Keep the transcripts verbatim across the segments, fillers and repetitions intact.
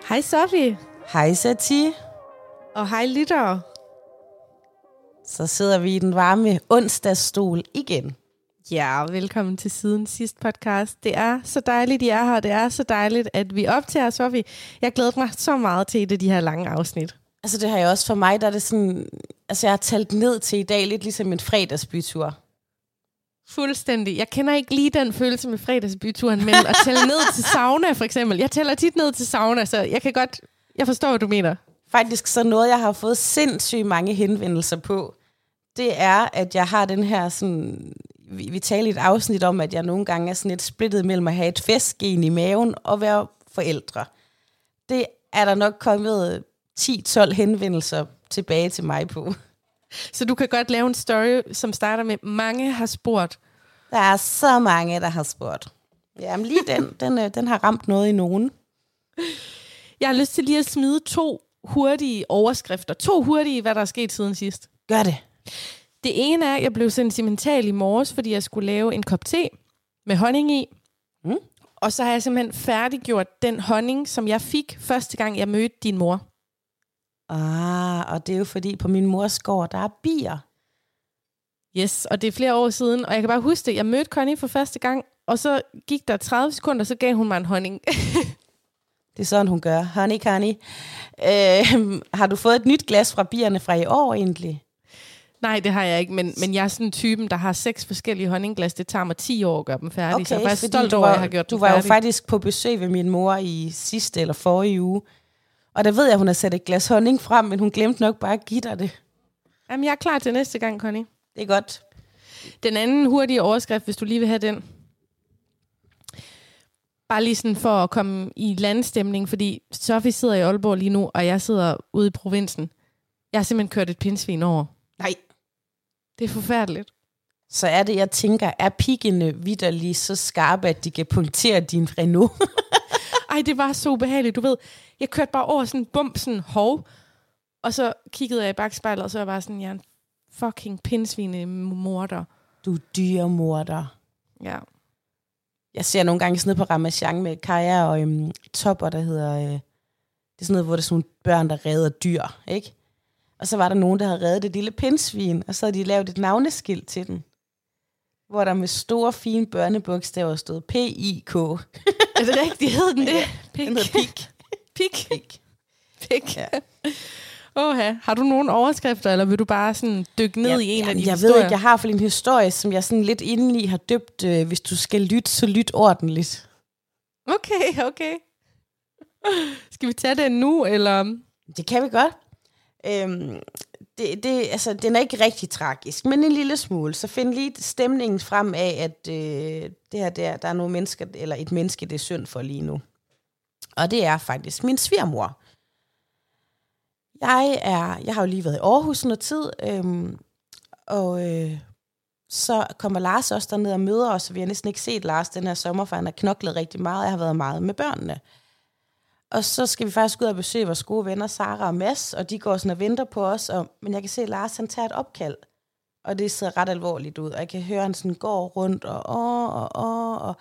Hej Sofie. Hej Sati. Og hej lyttere. Så sidder vi i den varme onsdagsstol igen. Ja, velkommen til Siden Sidst podcast. Det er så dejligt, I er her. Det er så dejligt, at vi optager, Sofie. Jeg glæder mig så meget til et af de her lange afsnit. Altså det har jeg også for mig, der er det sådan... Altså jeg har talt ned til i dag, lidt ligesom en fredagsbytur. Fuldstændig. Jeg kender ikke lige den følelse med fredagsbyturen, men at tælle ned til sauna for eksempel. Jeg tæller tit ned til sauna, så jeg kan godt... Jeg forstår, hvad du mener. Faktisk så noget, jeg har fået sindssygt mange henvendelser på, det er, at jeg har den her sådan... Vi, vi taler i et afsnit om, at jeg nogle gange er sådan lidt splittet mellem at have et festgen i maven og være forældre. Det er der nok kommet ti tolv henvendelser tilbage til mig på. Så du kan godt lave en story, som starter med, mange har spurgt. Der er så mange, der har spurgt. Jamen lige den, den, den har ramt noget i nogen. Jeg har lyst til lige at smide to hurtige overskrifter. To hurtige, hvad der er sket siden sidst. Gør det. Det ene er, at jeg blev sentimental i morges, fordi jeg skulle lave en kop te med honning i. Mm. Og så har jeg simpelthen færdiggjort den honning, som jeg fik første gang, jeg mødte din mor. Ah, og det er jo fordi, på min mors gård, der er bier. Yes, og det er flere år siden, og jeg kan bare huske det. Jeg mødte Connie for første gang, og så gik der tredive sekunder, så gav hun mig en honning. Det er sådan, hun gør. Honey, Connie. Øh, har du fået et nyt glas fra bierne fra i år egentlig? Nej, det har jeg ikke, men, men jeg er sådan en typen, der har seks forskellige honningglas. Det tager mig ti år at gøre dem færdige, Okay, så jeg er faktisk stolt over, over, at jeg har gjort du dem var færdige. jo faktisk på besøg ved min mor i sidste eller forrige uge, og der ved jeg, at hun har sat et glas honning frem, men hun glemte nok bare at give dig det. Jamen, jeg er klar til næste gang, Connie. Det er godt. Den anden hurtige overskrift, hvis du lige vil have den. Bare lige sådan for at komme i landstemning, fordi Sofie sidder i Aalborg lige nu, og jeg sidder ude i provinsen. Jeg har simpelthen kørt et pindsvin over. Nej. Det er forfærdeligt. Så er det, jeg tænker, er piggene vitterligt så skarpe, at de kan punktere din Renault? Ej, det var så ubehageligt. Du ved, jeg kørte bare over sådan en bump, sådan hov, og så kiggede jeg i bagspejlet, og så var jeg bare sådan, jeg er en fucking pindsvine-morder. Du er dyremorder. Ja. Jeg ser nogle gange sådan noget på Ramachan med Kaja og øhm, Topper, der hedder... Øh, det er sådan noget, hvor der er sådan nogle børn, der redder dyr, ikke? Og så var der nogen, der havde reddet det lille pindsvin, og så havde de lavet et navneskilt til den, hvor der med store, fine børnebogstaver stod P I K. Er det rigtigt? Hed den det? Ja, den hedder Pik. Pik? Pik. Pik. Ja. Oha. Har du nogle overskrifter, eller vil du bare sådan dykke ned Ja, i en ja, af de jeg historier? ved ikke, jeg har for en historie, som jeg sådan lidt indeni har døbt, øh, hvis du skal lytte, så lyt ordentligt. Okay, okay. Skal vi tage den nu, eller? Det kan vi godt. Øhm, det, det, altså, den er ikke rigtig tragisk, men en lille smule. Så find lige stemningen frem af, at øh, det her, der, der er nogle mennesker, eller et menneske, det er synd for lige nu. Og det er faktisk min svigermor. Jeg er, jeg har jo lige været i Aarhus noget tid, øhm, og øh, så kommer Lars også derned og møder os, og vi har næsten ikke set Lars den her sommer, for han har knoklet rigtig meget, jeg har været meget med børnene. Og så skal vi faktisk ud og besøge vores gode venner, Sara og Mads, og de går sådan og venter på os, og, men jeg kan se, at Lars han tager et opkald, og det ser ret alvorligt ud, og jeg kan høre, at han sådan går rundt, og åh, og åh, og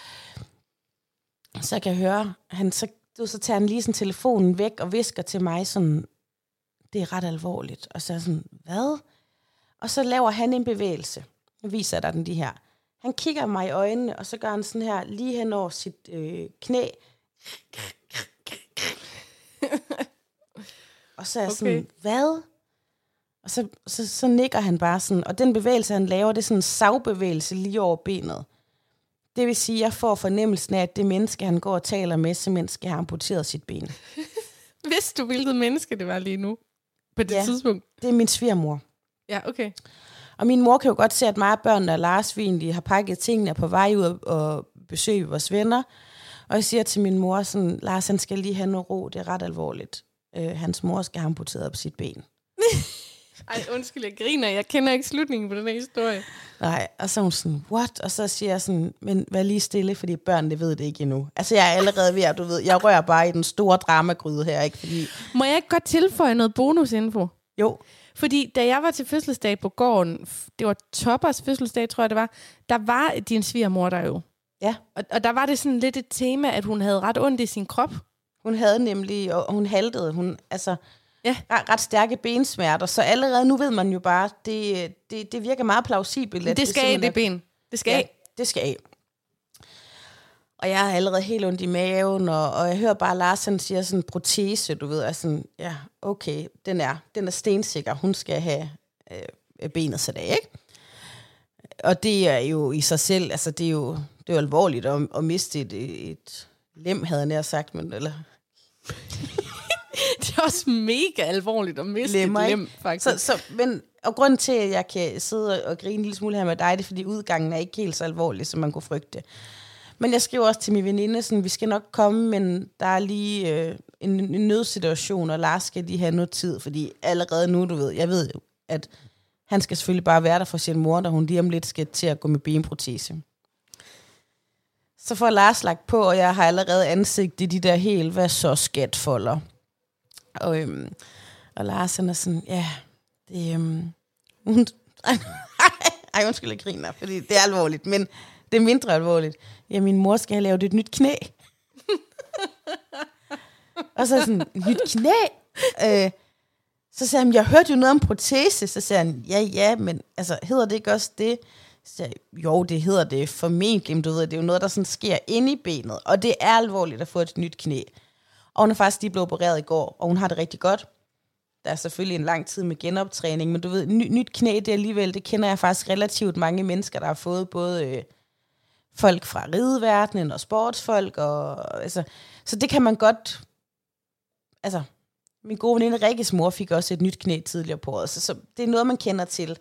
så jeg kan høre, han, så, så tager han lige sådan telefonen væk, og visker til mig sådan, det er ret alvorligt, og så er jeg sådan, hvad? Og så laver han en bevægelse, jeg viser dig den de her, han kigger mig i øjnene, og så gør han sådan her, lige hen over sit øh, knæ, og så er jeg sådan, okay. Hvad? Og så, så, så nikker han bare sådan, og den bevægelse, han laver, det er sådan en savbevægelse lige over benet. Det vil sige, at jeg får fornemmelsen af, at det menneske, han går og taler med, simpelthen skal have amputeret sit ben. Vidste du, hvilket menneske det var lige nu? På det ja, tidspunkt? Det er min svigermor. Ja, okay. Og min mor kan jo godt se, at mig og børnene og Lars, vi egentlig har pakket tingene på vej ud og, og besøge vores venner. Og jeg siger til min mor sådan, Lars, han skal lige have noget ro, det er ret alvorligt. Øh, hans mor skal have amputeret på sit ben. Ej, undskyld, jeg griner. Jeg kender ikke slutningen på den her historie. Nej, og så er hun sådan, what? Og så siger jeg sådan, men vær lige stille, fordi børnene ved det ikke endnu. Altså, jeg er allerede ved at, du ved, jeg rører bare i den store dramagryde her, ikke? Fordi... Må jeg ikke godt tilføje noget bonusinfo? Jo. Fordi da jeg var til fødselsdag på gården, det var Toppers fødselsdag, tror jeg det var, der var din svigermor der jo. Ja. Og, og der var det sådan lidt et tema, at hun havde ret ondt i sin krop. Hun havde nemlig, og hun haltede, hun, altså, ja. ret, ret stærke bensmerter, så allerede nu ved man jo bare, det, det, det virker meget plausibelt. Det, det skal af, det ben. Det skal ja, af. det skal af. Og jeg har allerede helt ondt i maven, og, og jeg hører bare, Lars han siger sådan en protese, du ved, og sådan, ja, okay, den er, den er stensikker, hun skal have øh, benet sat af, ikke? Og det er jo i sig selv, altså det er jo, det er jo alvorligt at, at miste et, et lem, havde jeg nær sagt, men eller... Det er også mega alvorligt at miste Lemmer, et lem, faktisk. Så, så, men, og grunden til, at jeg kan sidde og grine en lille smule her med dig, det er, fordi udgangen er ikke helt så alvorlig, som man kunne frygte. Men jeg skriver også til min veninde, sådan, vi skal nok komme, men der er lige øh, en, en nødsituation, og Lars skal lige have noget tid, fordi allerede nu, du ved, jeg ved jo, at han skal selvfølgelig bare være der for sin mor, da hun lige om lidt skal til at gå med benprotese. Så får Lars lagt på, og jeg har allerede ansigt i de der helt, hvad så skatfolder. Og, øhm, og Lars han er sådan, ja, det øhm, hun, ej, undskyld, jeg griner, fordi det er alvorligt, men det er mindre alvorligt. Ja, min mor skal have lavet et nyt knæ. Og så er sådan, nyt knæ? Øh, så siger han, jeg hørte jo noget om protese. Så siger han, ja, ja, men altså, hedder det ikke også det? Så siger jeg, jo, det hedder det formentlig, men du ved, det er jo noget, der sådan sker inde i benet. Og det er alvorligt at få et nyt knæ. Og hun er faktisk lige blevet opereret i går, og hun har det rigtig godt. Der er selvfølgelig en lang tid med genoptræning, men du ved, ny, nyt knæ, det alligevel, det kender jeg faktisk relativt mange mennesker, der har fået både øh, folk fra rideverdenen og sportsfolk, og altså, så det kan man godt, altså, min gode veninde Rikkes mor fik også et nyt knæ tidligere på året, så, så det er noget, man kender til.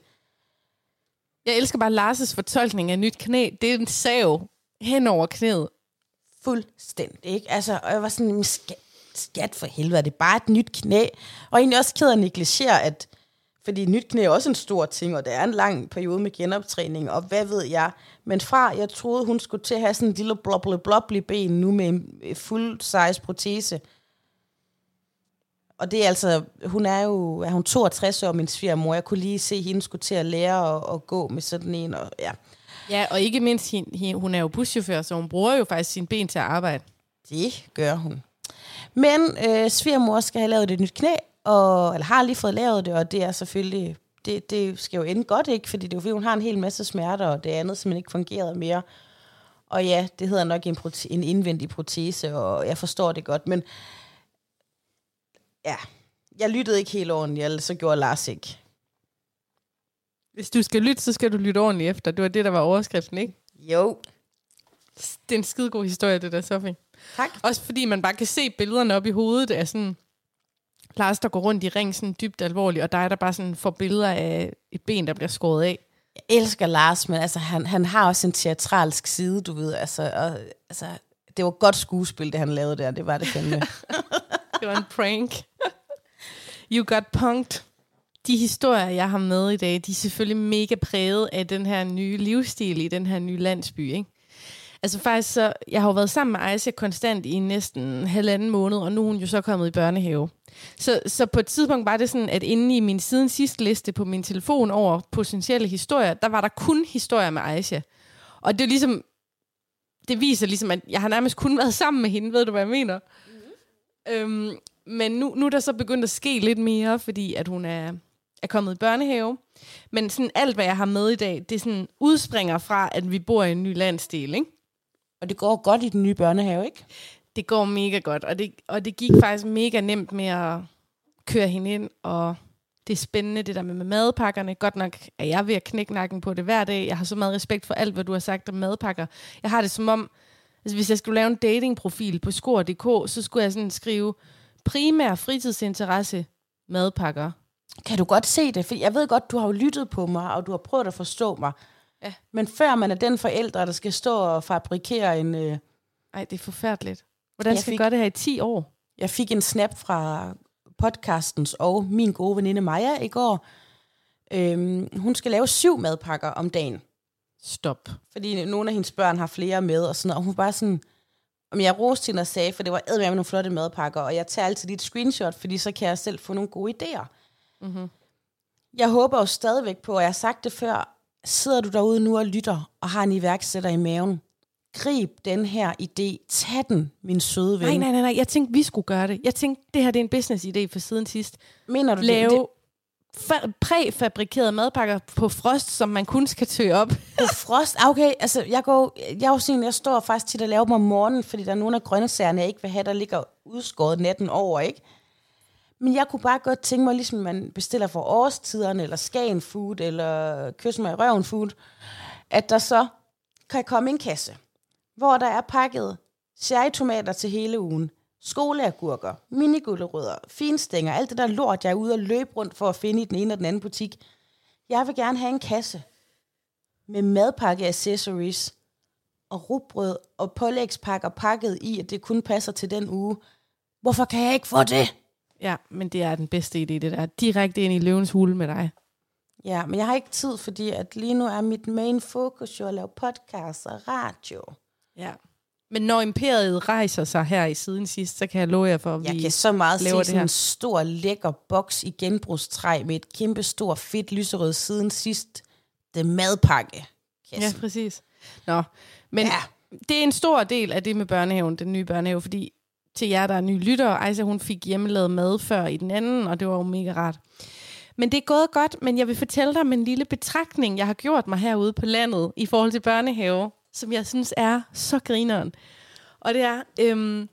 Jeg elsker bare Lars' fortolkning af nyt knæ. Det er en sav hen over knæet. Fuldstændig, ikke? Altså, og jeg var sådan, skat, skat for helvede, det er bare et nyt knæ. Og egentlig også ked af at negligere, at, fordi nyt knæ er også en stor ting, og det er en lang periode med genoptræning, og hvad ved jeg. Men fra, jeg troede, hun skulle til at have sådan en lille bloble bloble ben, nu med en full size protese. Og det er altså, hun er jo, er hun toogtres år, min svigermor. Jeg kunne lige se, hende skulle til at lære at, at gå med sådan en, og ja. Ja, og ikke mindst, hun er jo buschauffør, så hun bruger jo faktisk sine ben til at arbejde. Det gør hun. Men øh, svigermor skal have lavet et nyt knæ, og, eller har lige fået lavet det, og det er selvfølgelig, det, det skal jo ende godt, ikke? Fordi det er jo fordi, hun har en hel masse smerter, og det andet simpelthen ikke fungerede mere. Og ja, det hedder nok en, prote- en indvendig protese, og jeg forstår det godt, men ja, jeg lyttede ikke helt ordentligt, eller så gjorde Lars ikke. Hvis du skal lytte, så skal du lytte ordentligt efter. Det var det, der var overskriften, ikke? Jo. Det er en skidegod historie, det der, Sofie. Tak. Også fordi man bare kan se billederne op i hovedet af sådan Lars, der går rundt i ring sådan dybt alvorligt, og dig, der bare sådan får billeder af et ben, der bliver skåret af. Jeg elsker Lars, men altså, han, han har også en teatralsk side, du ved. Altså, og, altså, det var godt skuespil, det han lavede der. Det var det fandme. Det var en prank. You got punked. De historier, jeg har med i dag, de er selvfølgelig mega præget af den her nye livsstil i den her nye landsby, ikke? Altså faktisk så, jeg har jo været sammen med Aisha konstant i næsten halvanden måned, og nu er hun jo så kommet i børnehave. Så, så på et tidspunkt var det sådan, at inde i min siden sidste liste på min telefon over potentielle historier, der var der kun historier med Aisha. Og det er ligesom, det viser ligesom, at jeg har nærmest kun været sammen med hende, ved du hvad jeg mener? Mm-hmm. Øhm, men nu, nu er der så begyndt at ske lidt mere, fordi at hun er, er kommet i børnehave. Men sådan alt, hvad jeg har med i dag, det sådan udspringer fra, at vi bor i en ny landsdel, ikke? Og det går godt i den nye børnehave, ikke? Det går mega godt, og det, og det gik faktisk mega nemt med at køre hende ind, og det er spændende, det der med, med madpakkerne. Godt nok er jeg ved at knække nakken på det hver dag. Jeg har så meget respekt for alt, hvad du har sagt om madpakker. Jeg har det som om, altså hvis jeg skulle lave en datingprofil på score punktum d k, så skulle jeg sådan skrive primær fritidsinteresse madpakker. Kan du godt se det? For jeg ved godt, du har jo lyttet på mig, og du har prøvet at forstå mig. Ja. Men før man er den forældre, der skal stå og fabrikere en... Øh... Ej, det er forfærdeligt. Hvordan Jeg skal fik- jeg gøre det her i ti år? Jeg fik en snap fra podcastens og min gode veninde Maja i går. Øhm, hun skal lave syv madpakker om dagen. Stop. Fordi nogle af hendes børn har flere med, og sådan noget. Og hun var bare sådan... Om jeg roste hende og sagde, for det var eddermame med nogle flotte madpakker, og jeg tager altid lige et screenshot, fordi så kan jeg selv få nogle gode idéer. Mm-hmm. Jeg håber jo stadigvæk på, og jeg har sagt det før, sidder du derude nu og lytter, og har en iværksætter i maven, grib den her idé. Tag den, min søde ven. Nej, nej, nej, nej. Jeg tænkte, vi skulle gøre det. Jeg tænkte, det her det er en business-idé for siden sidst. Mener du Lave det? fa- præfabrikerede madpakker på frost, som man kun skal tø op. På frost? Okay, altså jeg går, jeg er jo sådan, jeg står faktisk tit og laver dem om morgenen, fordi der er nogle af grøntsagerne, jeg ikke vil have, der ligger udskåret natten over, ikke? Men jeg kunne bare godt tænke mig, ligesom man bestiller for årstiderne, eller Skagen Food, eller Kys mig i røven Food, at der så kan komme en kasse, hvor der er pakket cherrytomater til hele ugen, skoleagurker, minigullerødder, finstænger, alt det der lort, jeg er ude og løbe rundt for at finde i den ene og den anden butik. Jeg vil gerne have en kasse med madpakke accessories og rugbrød og pålægspakker pakket i, at det kun passer til den uge. Hvorfor kan jeg ikke få det? Ja, men det er den bedste idé, det der. Direkte ind i løvens hule med dig. Ja, men jeg har ikke tid, fordi at lige nu er mit main focus jo at lave podcast og radio. Ja. Men når imperiet rejser sig her i siden sidst, så kan jeg love jer for, at vi Jeg kan så meget se laver sådan en stor, lækker boks i genbrugstræ med et kæmpe stor, fedt lyserød siden sidst. Det madpakke. Ja, præcis. Nå, men ja. Det er en stor del af det med børnehaven, den nye børnehave, fordi til jer, der er nye lyttere, Ejsa, hun fik hjemmelavet mad før i den anden, og det var jo mega rart. Men det er gået godt, men jeg vil fortælle dig om en lille betragtning, jeg har gjort mig herude på landet i forhold til børnehave, som jeg synes er så grineren. Og det er øhm,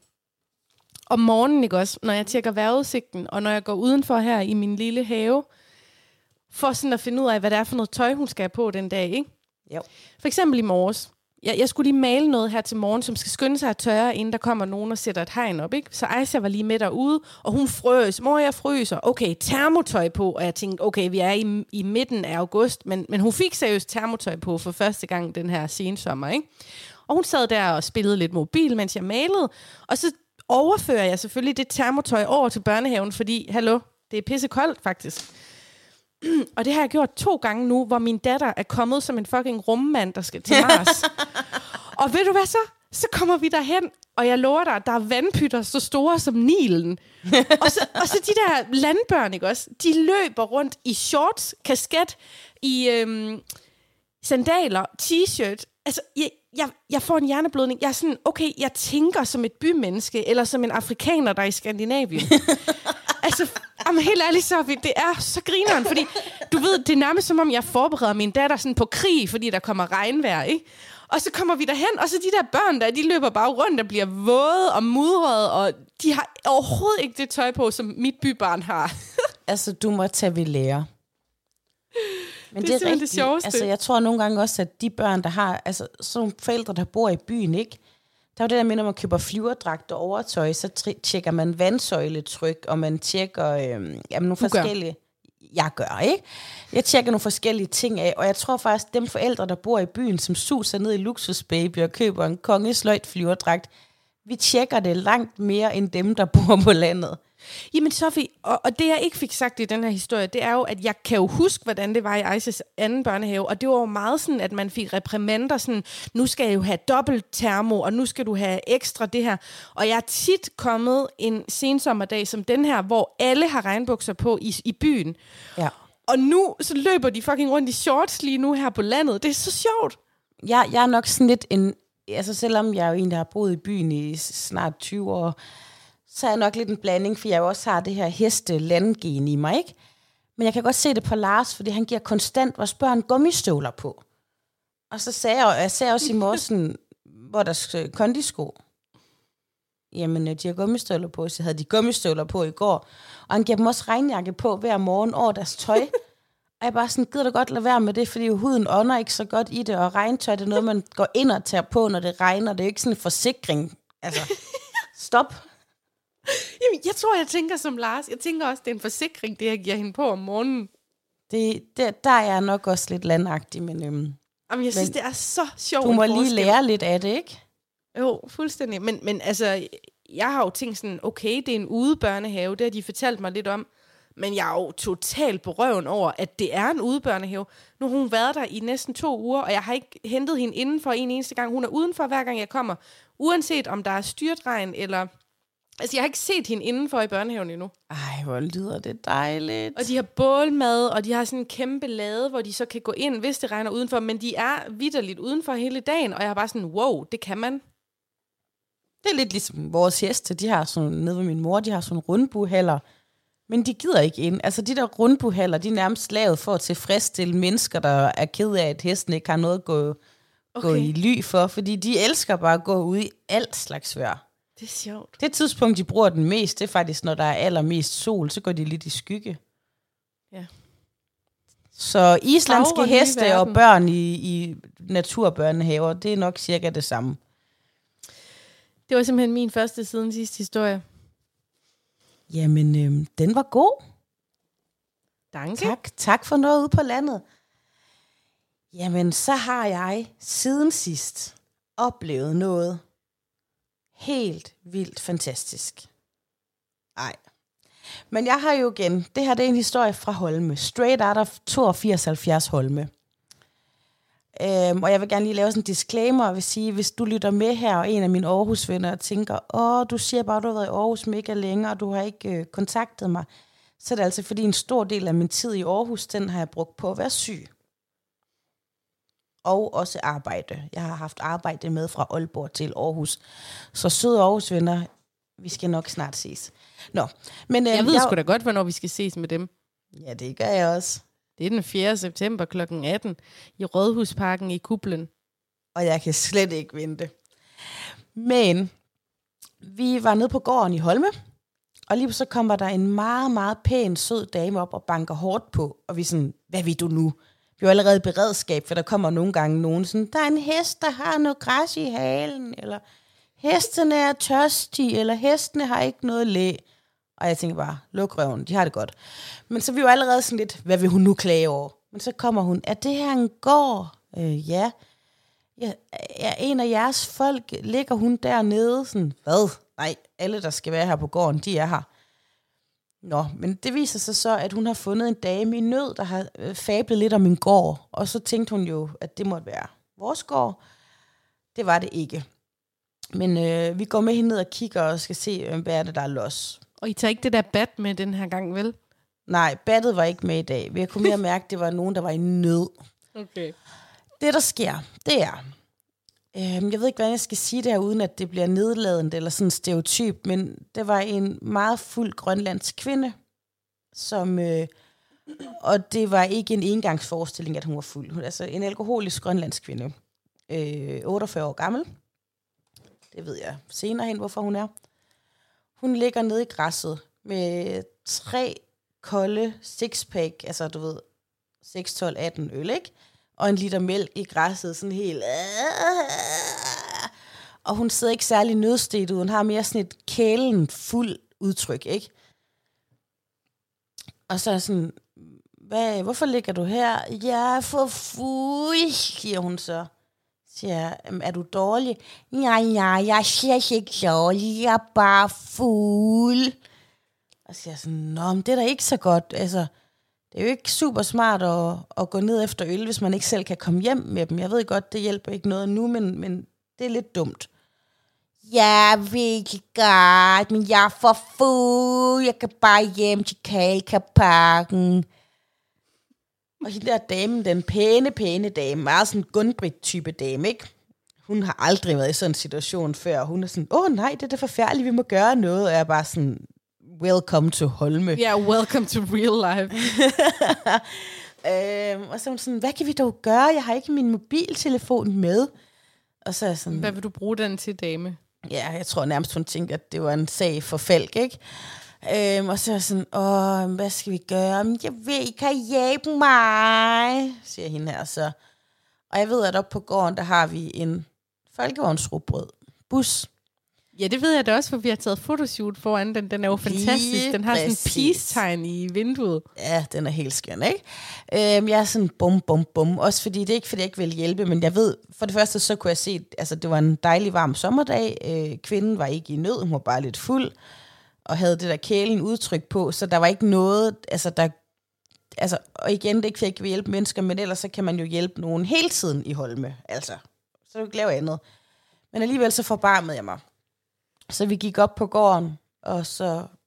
om morgenen, ikke også, når jeg tjekker vejrudsigten, og når jeg går udenfor her i min lille have, for sådan at finde ud af, hvad det er for noget tøj, hun skal have på den dag, ikke? Jo. For eksempel i morges. Jeg, jeg skulle lige male noget her til morgen, som skal skynde sig at tørre, inden der kommer nogen og sætter et hegn op, ikke? Så Ejsa var lige med derude, og hun frøs. Mor, jeg fryser. Okay, termotøj på. Og jeg tænkte, okay, vi er i, i midten af august, men, men hun fik seriøst termotøj på for første gang den her sensommer, ikke? Og hun sad der og spillede lidt mobil, mens jeg malede. Og så overfører jeg selvfølgelig det termotøj over til børnehaven, fordi, hallo, det er pissekoldt faktisk. Og det har jeg gjort to gange nu, hvor min datter er kommet som en fucking rummand, der skal til Mars. Og ved du hvad så? Så kommer vi derhen, og jeg lover dig, der er vandpytter så store som Nilen. og, så, og så de der landbørn, ikke også? De løber rundt i shorts, kasket, i øhm, sandaler, t-shirt. Altså, jeg, jeg, jeg får en hjerneblødning. Jeg er sådan, okay, jeg tænker som et bymenneske, eller som en afrikaner, der er i Skandinavien. Altså, jamen, helt ærligt, så det er så grineren, fordi du ved, det er nærmest som om, jeg forbereder min datter sådan på krig, fordi der kommer regnvejr, ikke? Og så kommer vi derhen, og så de der børn der, de løber bare rundt og bliver våde og mudrede, og de har overhovedet ikke det tøj på, som mit bybarn har. Altså, du må tage ved lære. Men det er, det er rigtigt. det sjoveste. Altså, jeg tror nogle gange også, at de børn, der har, altså sådan nogle forældre, der bor i byen, ikke? Der er jo det der med, når man køber flyverdragt og overtøj, så tri- tjekker man vandsøjletryk, og man tjekker øh, jamen, nogle forskellige... Jeg gør, ikke? Jeg tjekker nogle forskellige ting af, og jeg tror faktisk, dem forældre, der bor i byen, som suser ned i Luksusbaby og køber en kongesløjt flyverdragt, vi tjekker det langt mere end dem, der bor på landet. Jamen Sofie, og, og det jeg ikke fik sagt i den her historie, det er jo, at jeg kan jo huske, hvordan det var i Ejses anden børnehave, og det var jo meget sådan, at man fik reprimander sådan, nu skal jeg jo have dobbelt termo, og nu skal du have ekstra det her. Og jeg er tit kommet en sensommerdag som den her, hvor alle har regnbukser på i, i byen. Ja. Og nu så løber de fucking rundt i shorts lige nu her på landet. Det er så sjovt. Jeg, jeg er nok sådan lidt en, altså selvom jeg er jo en, der har boet i byen i snart tyve år, så er jeg nok lidt en blanding, for jeg også har det her heste-landgen i mig, ikke? Men jeg kan godt se det på Lars, fordi han giver konstant vores børn gummistøvler på. Og så sagde jeg, jeg sagde også i morgen, hvor der er kondisko. Jamen, de har gummistøvler på, så havde de gummistøvler på i går. Og han giver dem også regnjakke på hver morgen over deres tøj. Og jeg bare sådan, gider du godt lade være med det, fordi huden ånder ikke så godt i det, og regntøj, det er noget, man går ind og tager på, når det regner. Det er jo ikke sådan en forsikring. Altså, stop. Jamen, jeg tror, jeg tænker som Lars. Jeg tænker også, det er en forsikring, det jeg giver hende på om morgenen. Det, det, der er jeg nok også lidt landagtig, men... Øhm, Jamen, jeg synes, det er så sjovt. Du må lige lære lidt af det, ikke? Jo, fuldstændig. Men, men altså, jeg har jo tænkt sådan, okay, det er en udebørnehave, det har de fortalt mig lidt om. Men jeg er jo totalt på røven over, at det er en udebørnehave. Nu har hun været der i næsten to uger, og jeg har ikke hentet hende indenfor en eneste gang. Hun er udenfor, hver gang jeg kommer. Uanset om der er styrtregn, eller... Altså, jeg har ikke set hende indenfor i børnehaven endnu. Ej, hvor lyder det dejligt. Og de har bålmad, og de har sådan en kæmpe lade, hvor de så kan gå ind, hvis det regner udenfor. Men de er vitterligt udenfor hele dagen, og jeg har bare sådan, wow, det kan man. Det er lidt ligesom vores heste. De har sådan, nede ved min mor, de har sådan rundbuhaller. Men de gider ikke ind. Altså de der rundbuhaller, de er nærmest lavet for at tilfredsstille mennesker, der er ked af, at hesten ikke har noget at gå, okay. gå i ly for. Fordi de elsker bare at gå ud i alt slags vejr. Det er sjovt. Det tidspunkt, de bruger den mest, det er faktisk, når der er allermest sol, så går de lidt i skygge. Ja. Så islandske Fagre heste og børn i, i naturbørnehaver, det er nok cirka det samme. Det var simpelthen min første siden sidste historie. Jamen, øhm, den var god. Danke. Tak, tak for noget ude på landet. Jamen, så har jeg siden sidst oplevet noget helt vildt fantastisk. Ej. Men jeg har jo igen, det her det er en historie fra Holme. Straight out of toogfirs halvfjerds Holme. Øhm, og jeg vil gerne lige lave sådan en disclaimer og vil sige, hvis du lytter med her, og en af mine Aarhus-venner tænker, åh, du siger bare, du har været i Aarhus mega længe, og du har ikke øh, kontaktet mig, så er det altså fordi en stor del af min tid i Aarhus, den har jeg brugt på at være syg. Og også arbejde. Jeg har haft arbejde med fra Aalborg til Aarhus. Så søde Aarhus-venner, vi skal nok snart ses. Nå, men, jeg øhm, ved jeg, sgu da godt, hvornår vi skal ses med dem. Ja, det gør jeg også. Det er den fjerde september klokken atten i Rådhusparken i Kublen. Og jeg kan slet ikke vente. Men vi var nede på gården i Holme, og lige så kommer der en meget, meget pæn, sød dame op og banker hårdt på. Og vi er sådan, hvad vil du nu? Vi er allerede i beredskab, for der kommer nogle gange nogen sådan, der er en hest, der har noget græs i halen, eller hestene er tørstige, eller hestene har ikke noget læ. Og jeg tænker bare, luk røven, de har det godt. Men så er vi jo allerede sådan lidt, hvad vil hun nu klage over? Men så kommer hun, er det her en gård? Øh, ja. ja. Er en af jeres folk, ligger hun dernede? Sådan, hvad? Nej, alle der skal være her på gården, de er her. Nå, men det viser sig så, at hun har fundet en dame i nød, der har fablet lidt om en gård. Og så tænkte hun jo, at det måtte være vores gård. Det var det ikke. Men øh, vi går med hende ned og kigger og skal se, hvad er det, der er los. Og I tager ikke det der bat med den her gang, vel? Nej, battet var ikke med i dag. Vi kunne mere mærke, at det var nogen, der var i nød. Okay. Det, der sker, det er... Øh, jeg ved ikke, hvordan jeg skal sige det her, uden at det bliver nedladende eller sådan stereotyp, men det var en meget fuld grønlandsk kvinde, som... Øh, og det var ikke en engangsforestilling, at hun var fuld. Hun, altså en alkoholisk grønlandsk kvinde. Øh, otteogfyrre år gammel. Det ved jeg senere hen, hvorfor hun er. Hun ligger nede i græsset med tre kolde sixpack, altså du ved, seks, tolv, atten øl, ikke? Og en liter mælk i græsset, sådan helt... Og hun sidder ikke særlig nødstedt ud, hun har mere sådan et kælen fuld udtryk, ikke? Og så er sådan, hvad, hvorfor ligger du her? Jeg er for fuld, siger hun så. Siger, er du dårlig? Ja, ja, jeg er ikke dårlig, jeg er bare fuld. Og så siger jeg sådan, nå, men det er da ikke så godt. Altså, det er jo ikke super smart at, at gå ned efter øl, hvis man ikke selv kan komme hjem med dem. Jeg ved godt, det hjælper ikke noget nu, men, men det er lidt dumt. Jeg ved ikke godt, men jeg er for fuld. Jeg kan bare hjem til Kalkaparken. Og hende der dame, den pæne, pæne dame, meget sådan Gunn-Britt-type dame, ikke? Hun har aldrig været i sådan en situation før. Hun er sådan, åh nej, det er da forfærdeligt, vi må gøre noget. Og jeg er bare sådan, welcome to Holme. Ja, yeah, welcome to real life. øhm, og så er hun sådan, hvad kan vi dog gøre? Jeg har ikke min mobiltelefon med. Og så er jeg sådan... Hvad vil du bruge den til, dame? Ja, jeg tror nærmest, hun tænkte, at det var en sag for Falk, ikke? Øhm, og så er jeg sådan, åh, hvad skal vi gøre? Men jeg ved, I kan hjælpe mig, siger hende her så. Og jeg ved, at oppe på gården, der har vi en folkevognsrugbrød. Bus. Ja, det ved jeg da også, for vi har taget fotoshoot foran den. Den er jo Lige fantastisk. Den har præcis. sådan en peace-tegn i vinduet. Ja, den er helt skøn, ikke? Øhm, jeg er sådan bum, bum, bum. Også fordi, det er ikke, fordi jeg ikke vil hjælpe, men jeg ved, for det første, så kunne jeg se, altså det var en dejlig varm sommerdag. Øh, kvinden var ikke i nød, hun var bare lidt fuld, og havde det der kælen udtryk på, så der var ikke noget, altså der, altså, og igen, det er ikke, fordi jeg ikke vil hjælpe mennesker, men ellers så kan man jo hjælpe nogen hele tiden i Holme, altså. Så du ikke lave andet. Men alligevel så forbarmede jeg mig. Så vi gik op på gården, og så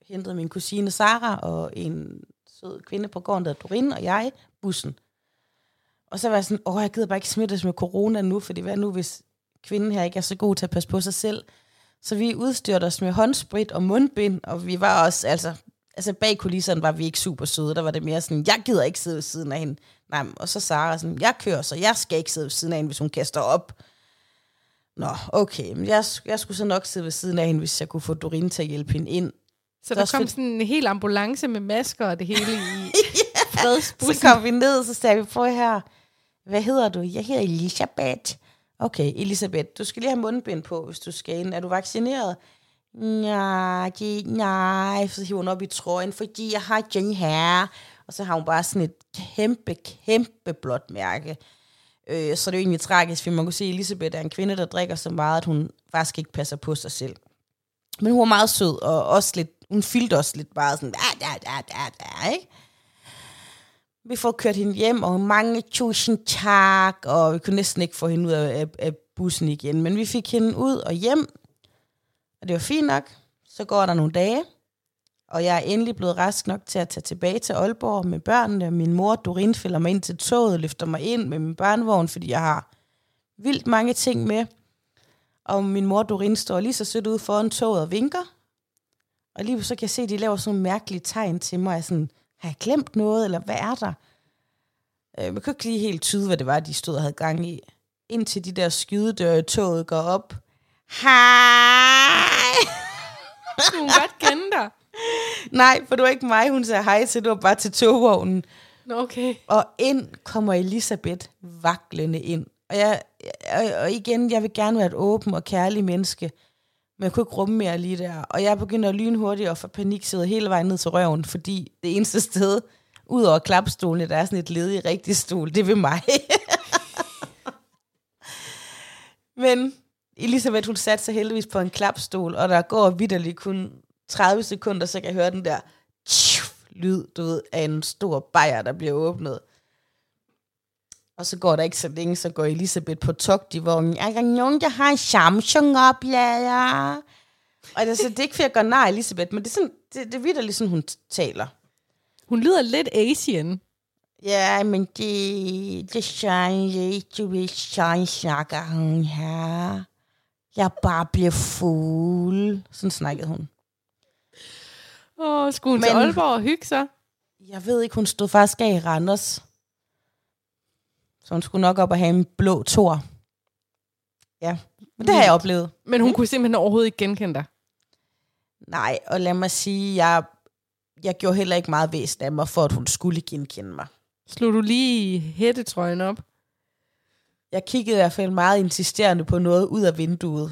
hentede min kusine Sara og en sød kvinde på gården, der Dorine, og jeg, bussen. Og så var jeg sådan, åh, jeg gider bare ikke smittes med corona nu, fordi hvad nu, hvis kvinden her ikke er så god til at passe på sig selv? Så vi udstyrte os med håndsprit og mundbind, og vi var også, altså, altså bag kulisserne var vi ikke super søde. Der var det mere sådan, jeg gider ikke sidde ved siden af hende. Nej, og så Sara sådan, jeg kører, så jeg skal ikke sidde ved siden af hende, hvis hun kaster op. Nå, okay, men jeg, jeg skulle så nok sidde ved siden af hende, hvis jeg kunne få Dorine til at hjælpe hende ind. Så der kom sådan en hel ambulance med masker og det hele i fredsbussen. Så kom vi ned, så sagde vi, prøv her, hvad hedder du? Jeg hedder Elisabeth. Okay, Elisabeth, du skal lige have mundbind på, hvis du skal ind. Er du vaccineret? Nej, de, nej, så hiver hun op i trøjen, fordi jeg har den her. Og så har hun bare sådan et kæmpe, kæmpe blåt mærke. Øh, så det er jo egentlig tragisk, for man kunne se, at Elisabeth er en kvinde, der drikker så meget, at hun faktisk ikke passer på sig selv. Men hun var meget sød, og også lidt, hun fyldte også lidt bare sådan, da, da, da, da, da, ikke? Vi får kørt hende hjem, og mange tusind tak, og vi kunne næsten ikke få hende ud af, af, af bussen igen. Men vi fik hende ud og hjem, og det var fint nok. Så går der nogle dage, og jeg er endelig blevet rask nok til at tage tilbage til Aalborg med børnene. Min mor, Dorine, fælder mig ind til toget, løfter mig ind med min børnevogn, fordi jeg har vildt mange ting med. Og min mor, Dorine, står lige så sødt ude foran toget og vinker. Og lige så kan jeg se, at de laver sådan nogle mærkelige tegn til mig. Jeg sådan, har jeg glemt noget, eller hvad er der? Jeg kunne ikke lige helt tyde, hvad det var, de stod og havde gang i. Indtil de der skydedøre i toget går op. Hej! Hun godt kende dig. Nej, for det var ikke mig, hun sagde hej til. Det var bare til togvognen. Okay. Og ind kommer Elisabeth vaklende ind. Og, jeg, og igen, jeg vil gerne være et åben og kærlig menneske. Men jeg kunne ikke rumme mere lige der. Og jeg begynder lynhurtigt at få paniksædet hele vejen ned til røven, fordi det eneste sted, ud over klapstolene, der er sådan et ledigt rigtig stol, det er ved mig. Men Elisabeth, hun satte sig heldigvis på en klapstol, og der går vitterligt kun tredive sekunder, så kan jeg høre den der tjuf, lyd, du ved, af en stor bajer, der bliver åbnet. Og så går der ikke så længe, så går Elisabeth på togt i vognen. Er der nogen, der har en Samsung-oplader? Og det er, så, det er ikke for at gøre nej, Elisabeth, men det er, sådan, det, det er vitterligt sådan, hun taler. Hun lyder lidt Asian. Ja, men det, det sådan, du ved, sådan snakker hun her. Jeg bare bliver fuld. Sådan snakkede hun. Åh, skulle hun men, til Aalborg og hygge sig? Jeg ved ikke, hun stod faktisk af i Randers. Så hun skulle nok op og have en blå tor. Ja, men det har jeg oplevet. Men hun mm. kunne simpelthen overhovedet ikke genkende dig? Nej, og lad mig sige, jeg, jeg gjorde heller ikke meget væsen af mig, for at hun skulle genkende mig. Slog du lige hættetrøjen op? Jeg kiggede i hvert fald meget insisterende på noget ud af vinduet.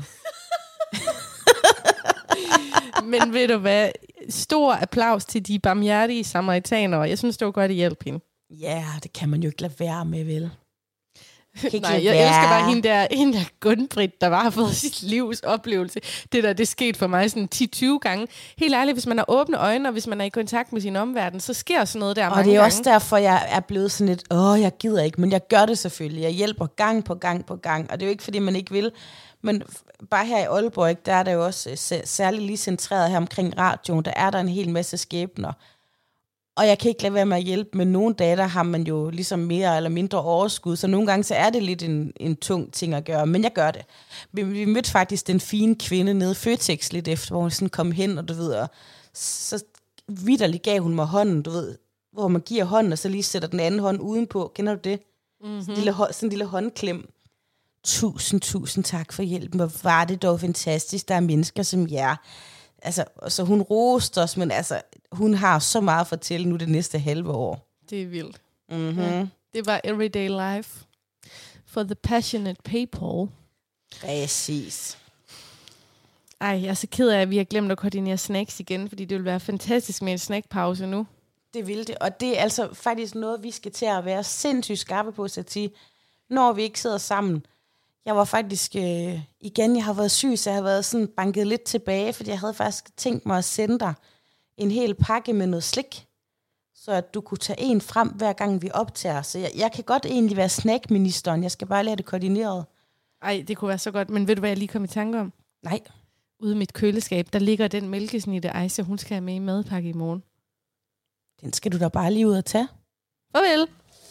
Men ved du hvad? Stor applaus til de barmhjertige samaritanere. Jeg synes, det var godt at hjælpe hende. Ja, det kan man jo ikke lade være med, vel? Nej, jeg være. elsker bare hende der, hende der Gunn-Britt, der bare har fået sit livs oplevelse. Det der, det er sket for mig sådan ti til tyve gange. Helt ærligt, hvis man har åbne øjne, og hvis man er i kontakt med sin omverden, så sker sådan noget der og mange gange. Og det er også derfor, jeg er blevet sådan lidt, åh, jeg gider ikke, men jeg gør det selvfølgelig. Jeg hjælper gang på gang på gang, og det er jo ikke, fordi man ikke vil. Men bare her i Aalborg, der er der jo også særligt lige centreret her omkring radioen, der er der en hel masse skæbner. Og jeg kan ikke lade være med at hjælpe, men nogle dage, der har man jo ligesom mere eller mindre overskud, så nogle gange så er det lidt en, en tung ting at gøre, men jeg gør det. Vi, vi mødte faktisk den fine kvinde nede i Føtex lidt efter, hvor hun sådan kom hen, og du ved, og så vitterligt gav hun mig hånden, du ved, hvor man giver hånden, og så lige sætter den anden hånd udenpå. Kender du det? Mm-hmm. Sådan, en lille, sådan en lille håndklem. Tusind, tusind tak for hjælpen, hvor var det dog fantastisk, der er mennesker som jer. Altså, så hun roste os, men altså, hun har så meget at fortælle nu det næste halve år. Det er vildt. Mm-hmm. Ja, det var everyday life for the passionate people. Præcis. Ej, jeg er så ked af, at vi har glemt at koordinere snacks igen, fordi det vil være fantastisk med en snackpause nu. Det vil det, og det er altså faktisk noget, vi skal til at være sindssygt skarpe på, Sati, når vi ikke sidder sammen. Jeg var faktisk, øh, igen, jeg har været syg, så jeg har været sådan banket lidt tilbage, fordi jeg havde faktisk tænkt mig at sende dig en hel pakke med noget slik, så at du kunne tage en frem, hver gang vi optager. Så jeg, jeg kan godt egentlig være snackministeren, jeg skal bare lade det koordineret. Ej, det kunne være så godt, men ved du, hvad jeg lige kom i tanke om? Nej. ude i mit køleskab, der ligger den mælkesnitte Aisha, hun skal have med i madpakke i morgen. Den skal du da bare lige ud og tage. Farvel.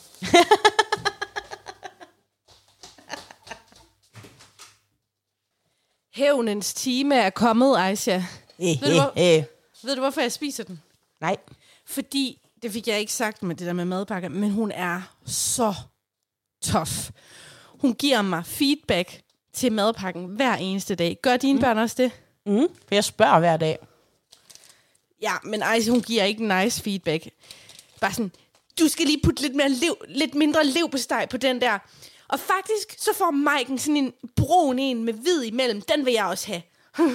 Hævnens time er kommet, Aisha. Ved du, hvor, ved du, hvorfor jeg spiser den? Nej. Fordi, det fik jeg ikke sagt med det der med madpakker, men hun er så tough. Hun giver mig feedback til madpakken hver eneste dag. Gør dine mm. børn også det? Mm, for jeg spørger hver dag. Ja, men Aisha, hun giver ikke nice feedback. Bare sådan, du skal lige putte lidt, mere lev, lidt mindre leverpostej på den der. Og faktisk, så får Maiken sådan en brun en med hvid imellem. Den vil jeg også have.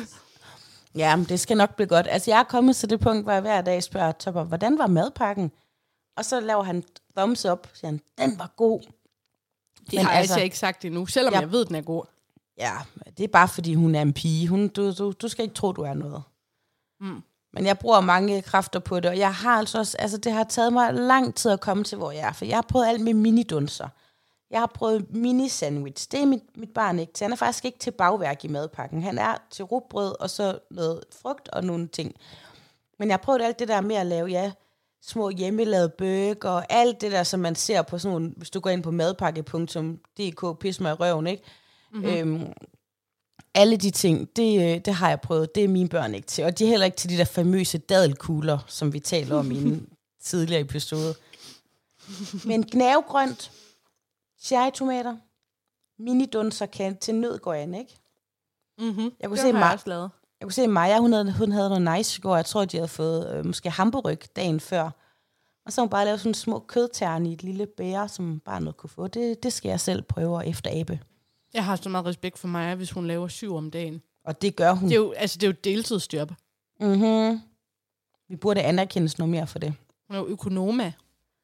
Ja, men det skal nok blive godt. Altså, jeg er kommet til det punkt, hvor jeg hver dag spørger Topper, hvordan var madpakken? Og så laver han thumbs up, og siger han, den var god. Det men har altså, jeg ikke sagt endnu, selvom ja, jeg ved, den er god. Ja, det er bare, fordi hun er en pige. Hun, du, du, du skal ikke tro, du er noget. Mm. Men jeg bruger mange kræfter på det, og jeg har altså også, altså det har taget mig lang tid at komme til, hvor jeg er, for jeg har prøvet alt med minidunser. Jeg har prøvet mini-sandwich. Det er mit, mit barn ikke til. Han er faktisk ikke til bagværk i madpakken. Han er til rugbrød og så noget frugt og nogle ting. Men jeg har prøvet alt det der med at lave, ja, små hjemmelavede burger og alt det der, som man ser på sådan nogle, hvis du går ind på madpakke punktum d k, pis mig i røven, ikke? Mm-hmm. Øhm, alle de ting, det, det har jeg prøvet. Det er mine børn ikke til. Og de er heller ikke til de der famøse dadelkugler, som vi taler om i en tidligere episode. Men gnavgrønt, cherrytomater, minidunser kan til nød går an, ikke? Mm-hmm. Jeg kunne se Maja, jeg kunne se Maja, hun havde, hun havde noget nice i går. Jeg tror, de havde fået øh, måske hamburg dagen før. Og så hun bare lavet sådan små kødtærne i et lille bære, som barnet kunne få. Det, det skal jeg selv prøve efter abe. Jeg har så meget respekt for Maja, hvis hun laver syv om dagen. Og det gør hun. Det er jo, altså, det er jo deltidsjob. Mhm. Vi burde anerkendes noget mere for det. Hun er jo økonoma.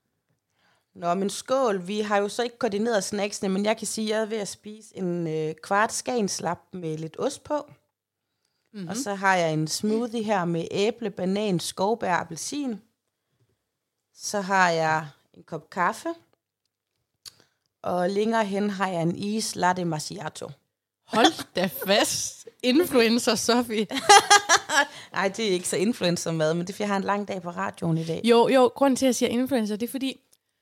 Nå, men skål. Vi har jo så ikke koordineret snacksene, men jeg kan sige, at jeg er ved at spise en øh, kvart skagenslap med lidt ost på. Mm-hmm. Og så har jeg en smoothie her med æble, banan, skovbær, appelsin. Så har jeg en kop kaffe. Og længere hen har jeg en is latte macchiato. Hold da fast. Influencer, Sofie. Nej, det er ikke så influencer-mad, men det er, fordi jeg har en lang dag på radioen i dag. Jo, jo, grunden til, at jeg siger influencer, det er fordi,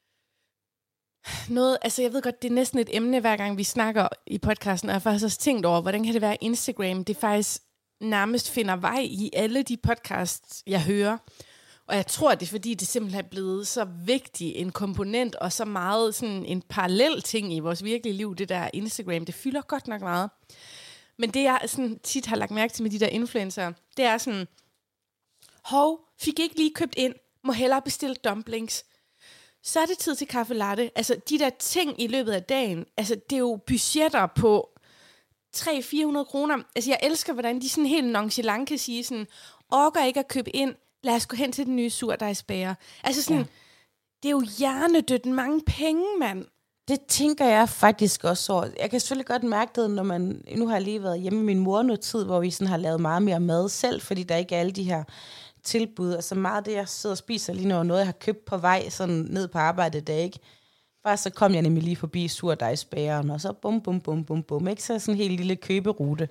noget, altså jeg ved godt, det er næsten et emne, hver gang vi snakker i podcasten, og jeg har faktisk også tænkt over, hvordan kan det være, at Instagram, det faktisk nærmest finder vej i alle de podcasts, jeg hører. Og jeg tror, det er fordi, det simpelthen er blevet så vigtig en komponent, og så meget sådan en parallel ting i vores virkelige liv, det der Instagram, det fylder godt nok meget. Men det, jeg sådan tit har lagt mærke til med de der influencer, det er sådan, hov, fik ikke lige købt ind, må hellere bestille dumplings. Så er det tid til kaffe latte. Altså, de der ting i løbet af dagen, altså, det er jo budgetter på tre til fire hundrede kroner. Altså, jeg elsker, hvordan de sådan helt nonchalant kan sige sådan, orker ikke at købe ind, lad os gå hen til den nye surdejsbager. Altså sådan, ja. Det er jo hjernedødt mange penge, mand. Det tænker jeg faktisk også over. Jeg kan selvfølgelig godt mærke det, når man, nu har jeg lige været hjemme med min mor noget tid, hvor vi sådan har lavet meget mere mad selv, fordi der ikke er alle de her tilbud. Altså meget af det, jeg sidder og spiser lige nu, noget jeg har købt på vej sådan ned på arbejdet, der ikke. Bare så kom jeg nemlig lige forbi surdejsbageren, og så bum, bum, bum, bum, bum. Ikke så sådan en helt lille køberute.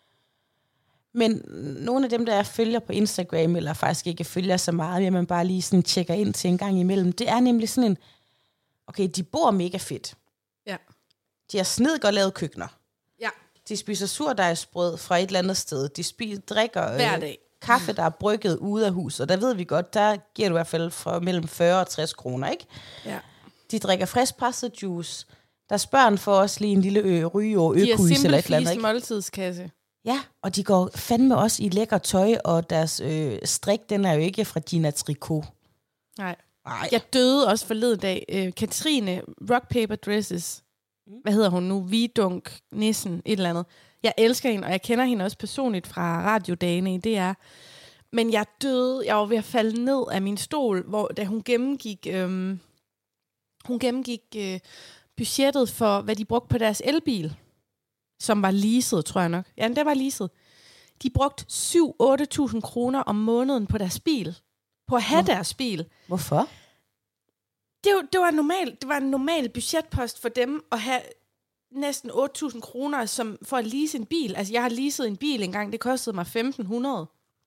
Men nogle af dem, der jeg følger på Instagram, eller faktisk ikke følger så meget, men bare lige sådan tjekker ind til en gang imellem, det er nemlig sådan en, okay, de bor mega fedt. Ja. De har snedgodt lavet køkkener. Ja. De spiser surdejsbrød fra et eller andet sted. De spiser, drikker hver dag. Øh, kaffe, der er brygget ude af huset. Og der ved vi godt, der giver du i hvert fald fra mellem fyrre og tres kroner, ikke? Ja. De drikker friskpresset juice. Deres børn får også lige en lille ø, ryge og økuis eller et eller andet, ikke? De har måltidskasse. Ja, og de går fandme også i lækker tøj, og deres øh, strik, den er jo ikke fra Gina Tricot. Nej. Nej. Jeg døde også forleden dag. Øh, Katrine, Rock Paper Dresses. Mm. Hvad hedder hun nu? Vidunk, Nissen, et eller andet. Jeg elsker hende, og jeg kender hende også personligt fra radiodagene i D R. Men jeg døde, jeg var ved at falde ned af min stol, hvor da hun gennemgik, øh, hun gennemgik øh, budgettet for, hvad de brugte på deres elbil. Som var leaset, tror jeg nok. Ja, det var leaset. De brugte syv til otte tusind kroner om måneden på deres bil. På at have Hvor? deres bil. Hvorfor? Det var, det, var normal, det var en normal budgetpost for dem at have næsten otte tusind kroner som for at lease en bil. Altså, jeg har leaset en bil engang, det kostede mig femten hundrede.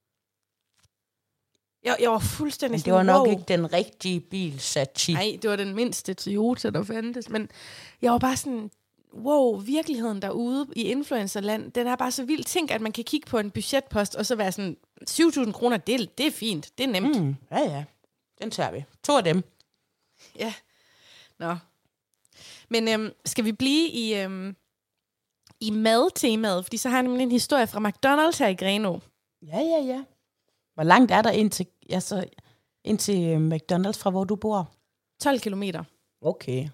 Jeg, jeg var fuldstændig men det var nok wow. ikke den rigtige bil, Sachi. Nej, det var den mindste Toyota, der fandtes. Men jeg var bare sådan, wow, virkeligheden derude i influencerland, den er bare så vild. Tænk, at man kan kigge på en budgetpost, og så være sådan, syv tusind kroner, det, det er fint, det er nemt. Mm, ja, ja. Den tager vi. To af dem. Ja. Nå. Men øhm, skal vi blive i, øhm, i madtemaet? Fordi så har jeg nemlig en historie fra McDonald's her i Grenaa. Ja, ja, ja. Hvor langt er der ind til, ja, så, ind til McDonald's fra, hvor du bor? tolv kilometer. Okay.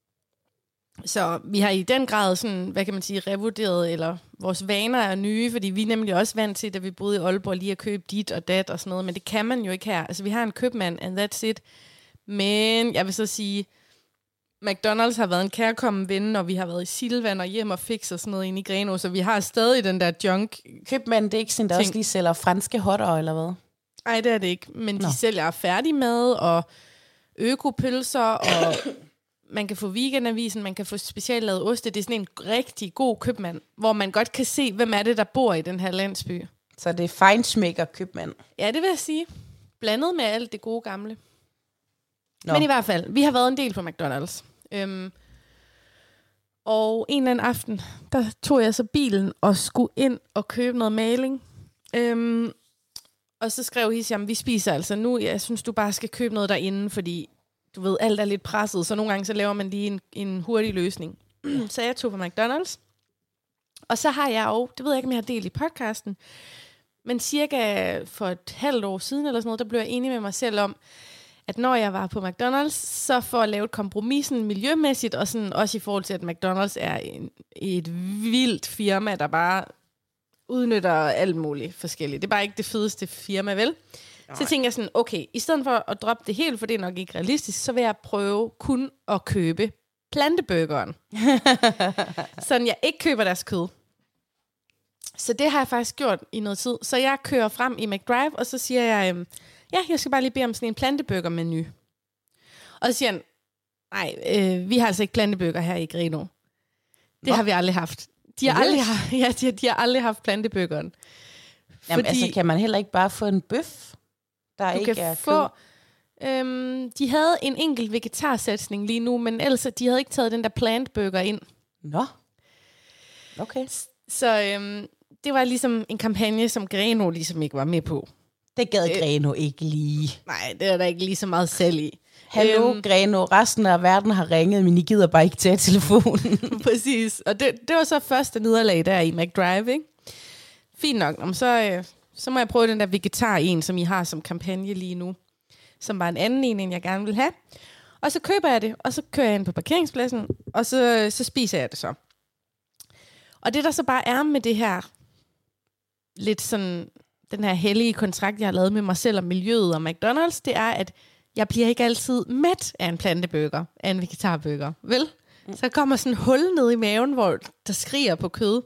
Så vi har i den grad sådan, hvad kan man sige, revurderet, eller vores vaner er nye, fordi vi er nemlig også vant til, da vi boede i Aalborg, lige at købe dit og dat og sådan noget, men det kan man jo ikke her. Altså, vi har en købmand, and that's it. Men jeg vil så sige, McDonald's har været en kærkommen ven, når vi har været i Silvan og hjem og fix og sådan noget inde i Grenaa, så vi har stadig den der junk. Købmanden, det er ikke sådan, der ting. Også lige sælger franske hotter, eller hvad? Nej, det er det ikke, men Nå. de sælger færdigmad og økopølser, og man kan få weekendavisen, man kan få speciallavet oste. Det er sådan en rigtig god købmand, hvor man godt kan se, hvem er det, der bor i den her landsby. Så det er feinschmecker købmand? Ja, det vil jeg sige. Blandet med alt det gode gamle. Nå. Men i hvert fald, vi har været en del på McDonald's. Øhm, og en eller anden aften, der tog jeg så bilen og skulle ind og købe noget maling. Øhm, og så skrev Hisham, vi spiser altså nu. Jeg synes, du bare skal købe noget derinde, fordi du ved, alt er lidt presset. Så nogle gange så laver man lige en, en hurtig løsning. Så jeg tog på McDonald's. Og så har jeg jo, det ved jeg ikke, om jeg har delt i podcasten, men cirka for et halvt år siden eller sådan noget, der blev jeg enig med mig selv om, at når jeg var på McDonald's, så for at lave et kompromis sådan miljømæssigt, og sådan også i forhold til, at McDonald's er en, et vildt firma, der bare udnytter alt muligt forskelligt. Det er bare ikke det fedeste firma, vel? Nej. Så tænkte jeg sådan, okay, i stedet for at droppe det helt, for det er nok ikke realistisk, så vil jeg prøve kun at købe planteburgeren. Sådan jeg ikke køber deres kød. Så det har jeg faktisk gjort i noget tid. Så jeg kører frem i McDrive, og så siger jeg, øhm, ja, jeg skal bare lige bede om sådan en planteburger-menu. Og så siger han, nej, øh, vi har altså ikke planteburger her i Grenaa. Det Nå. har vi aldrig haft. De har, aldrig, ja, de, de har aldrig haft planteburgeren. Jamen fordi, altså, kan man heller ikke bare få en bøf, der du ikke kan er få, øhm, de havde en enkelt vegetarsatsning lige nu, men ellers de havde ikke taget den der plantburger ind. Nå. Okay. Så øhm, det var ligesom en kampagne, som Grenaa ligesom ikke var med på. Det gad Grenaa ikke lige. Nej, det er der ikke lige så meget selv i. Hallo, øhm, Grenaa. Resten af verden har ringet, men I gider bare ikke tage telefonen. Præcis. Og det, det var så første nederlag der i McDrive, ikke? Fint nok. Om så, øh, så må jeg prøve den der vegetar en, som I har som kampagne lige nu. Som var en anden en, end jeg gerne vil have. Og så køber jeg det, og så kører jeg ind på parkeringspladsen, og så, så spiser jeg det så. Og det der så bare er med det her, lidt sådan, den her hellige kontrakt, jeg har lavet med mig selv og miljøet og McDonald's, det er, at jeg bliver ikke altid mæt af en planteburger, af en vegetarburger, vel? Mm. Så kommer sådan en hul ned i maven, hvor der skriger på kød.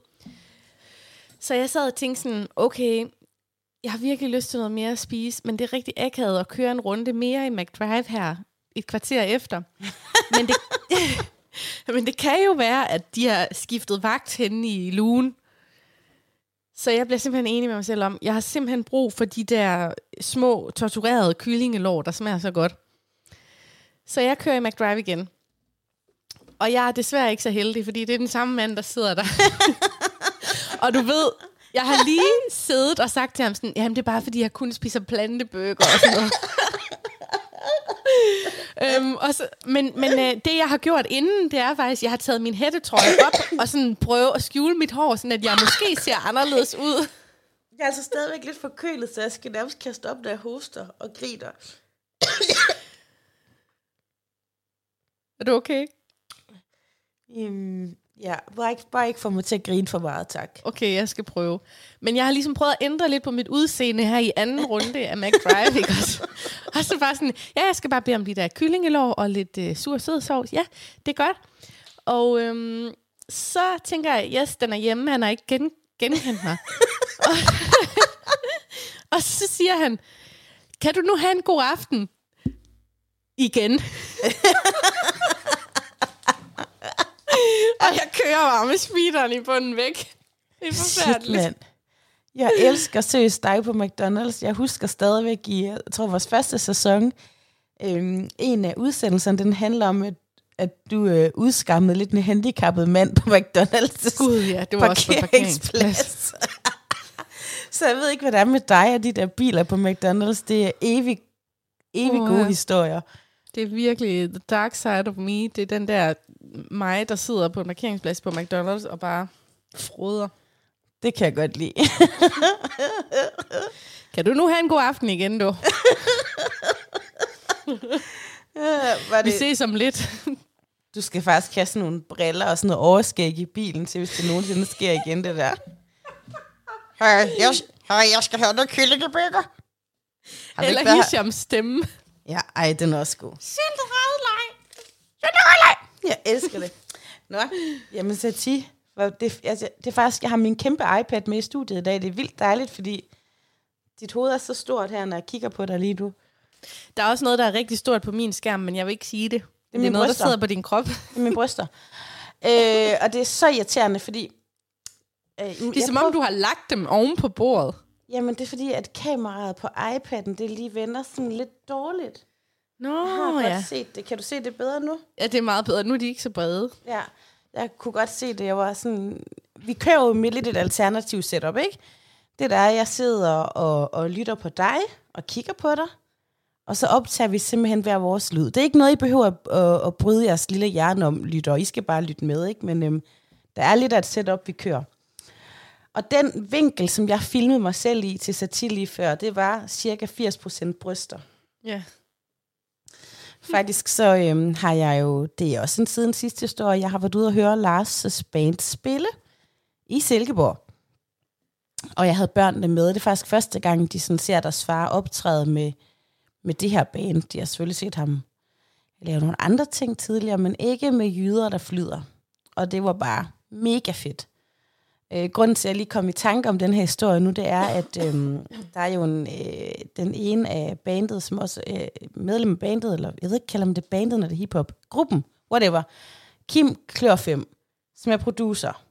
Så jeg sad og tænkte sådan, okay, jeg har virkelig lyst til noget mere at spise, men det er rigtig akavet at køre en runde mere i McDrive her, et kvarter efter. Men det, men det kan jo være, at de har skiftet vagt henne i lugen. Så jeg bliver simpelthen enig med mig selv om, jeg har simpelthen brug for de der små, torturerede kyllingelår, der smager så godt. Så jeg kører i McDrive igen. Og jeg er desværre ikke så heldig, fordi det er den samme mand, der sidder der. Og du ved, jeg har lige siddet og sagt til ham sådan, jamen det er bare, fordi jeg kun spiser planteburger og sådan noget. øhm, og så, men men øh, det, jeg har gjort inden, det er faktisk, jeg har taget min hættetrøje op og sådan prøvet at skjule mit hår, sådan at jeg måske ser anderledes ud. Jeg er altså stadigvæk lidt forkølet, så jeg skal nærmest kaste op, der jeg hoster og griner. Er du okay? Um, ja, bare ikke, bare ikke få mig til at grine for meget, tak. Okay, jeg skal prøve. Men jeg har ligesom prøvet at ændre lidt på mit udseende her i anden runde af McDrive, ikke også? Og så bare sådan, ja, jeg skal bare bede om de der kyllingelår og lidt øh, sur sødsovs. Ja, det er godt. Og øhm, så tænker jeg, yes, den er hjemme, han har ikke gen- genkendt mig. og, og så siger han, kan du nu have en god aften? Igen. Og jeg kører bare med speederen i bunden væk. Det er forfærdeligt. Shit, jeg elsker seriøst dig på McDonald's. Jeg husker stadigvæk i, jeg tror, vores første sæson, øhm, en af udsendelserne, den handler om, at, at du øh, udskammede lidt en handicappet mand på McDonald's. Gud ja, det var også på parkeringsplads. Så jeg ved ikke, hvad der er med dig og de der biler på McDonald's. Det er evig, evig oh, gode ja. historier. Det er virkelig the dark side of me. Det er den der mig, der sidder på en parkeringsplads på McDonald's og bare froder. Det kan jeg godt lide. Kan du nu have en god aften igen, du? ja, det... Vi ses om lidt. Du skal faktisk have sådan nogle briller og sådan noget overskæg i bilen, til hvis det nogensinde sker igen, det der. Hej, jeg, hej, jeg skal have noget kyllingebækker. Eller Hishams stemme. Ja, ej, den er også god. Sylterødlej. Sylterødlej. Jeg elsker det. Nå, jamen Satie, det, altså, det er faktisk, jeg har min kæmpe iPad med i studiet i dag. Det er vildt dejligt, fordi dit hoved er så stort her, når jeg kigger på dig lige nu. Der er også noget, der er rigtig stort på min skærm, men jeg vil ikke sige det. Det er, det er noget, bryster. Der sidder på din krop. Det er mine bryster. øh, og det er så irriterende, fordi... Øh, det er som prøver... om, du har lagt dem oven på bordet. Jamen, det er fordi, at kameraet på iPad'en, det lige vender sådan lidt dårligt. Nå, jeg har ja. godt set det. Kan du se det bedre nu? Ja, det er meget bedre. Nu er de ikke så brede. Ja, jeg kunne godt se det. Jeg var sådan... Vi kører jo med lidt et alternativt setup, ikke? Det der er, jeg sidder og, og lytter på dig og kigger på dig, og så optager vi simpelthen hver vores lyd. Det er ikke noget, I behøver at, at, at bryde jeres lille hjerne om, lytter. I skal bare lytte med, ikke? Men øhm, der er lidt af et setup, vi kører. Og den vinkel, som jeg filmede mig selv i til Satie lige før, det var cirka firs procent bryster. Ja. Faktisk så øhm, har jeg jo, det er også en siden sidste historie, jeg har været ude og høre Lars' band spille i Silkeborg. Og jeg havde børnene med. Det er faktisk første gang, de sådan ser deres far optræde med, med det her band. De har selvfølgelig set ham lave nogle andre ting tidligere, men ikke med jyder, der flyder. Og det var bare mega fedt. Øh, grunden til, at jeg lige kom i tanke om den her historie nu, det er, at øhm, der er jo en, øh, den ene af bandet, som også er øh, medlem af bandet, eller jeg ved ikke, kalder man det bandet, når det er hiphop, gruppen, whatever, Kim Klørfem, som er producer.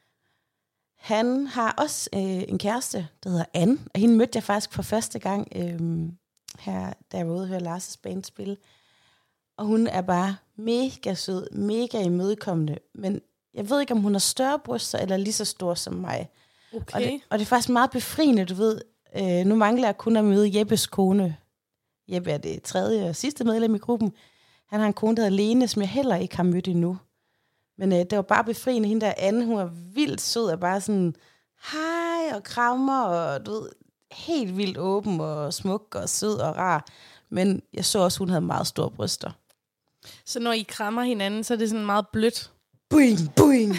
Han har også øh, en kæreste, der hedder Anne, og hende mødte jeg faktisk for første gang, øh, her, da jeg var ude og høre Lars' band spille. Og hun er bare mega sød, mega imødekommende, men jeg ved ikke, om hun har større bryster, eller lige så stor som mig. Okay. Og, det, og det er faktisk meget befriende, du ved. Øh, nu mangler jeg kun at møde Jeppes kone. Jeppe er det tredje og sidste medlem i gruppen. Han har en kone, der hedder Lene, som jeg heller ikke har mødt endnu. Men øh, det var bare befriende. Hende der Anne, hun er vildt sød, og bare sådan, hej, og krammer, og du ved, helt vildt åben, og smuk, og sød, og rar. Men jeg så også, hun havde meget store bryster. Så når I krammer hinanden, så er det sådan meget blødt? Boing, boing.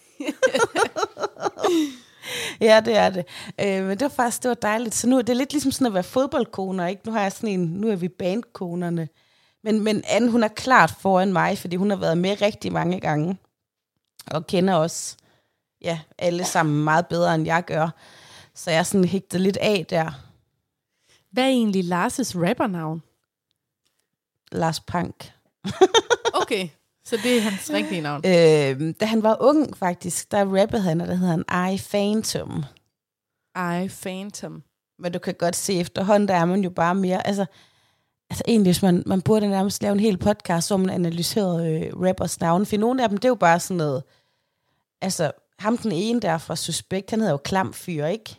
Ja, det er det. Øh, men det var faktisk, det var dejligt. Så nu er det lidt ligesom sådan at være fodboldkoner, ikke? Nu har jeg sådan en, nu er vi bandkonerne. Men, men Anne, hun er klart foran mig, fordi hun har været med rigtig mange gange. Og kender os, ja, alle sammen meget bedre, end jeg gør. Så jeg er sådan hægtet lidt af der. Hvad er egentlig Lars' rappernavn? Lars Punk. Okay, så det er hans rigtige navn. Øh, da han var ung faktisk, der rappede han, og der hedder han I Phantom. I Phantom. Men du kan godt se, efterhånden, der er man jo bare mere, altså, altså egentlig, hvis man, man burde nærmest lave en hel podcast, hvor man analyserede øh, rappers navn, for nogle af dem, det er jo bare sådan noget, altså, ham den ene der fra Suspekt, han hedder jo Klam Fyr, ikke?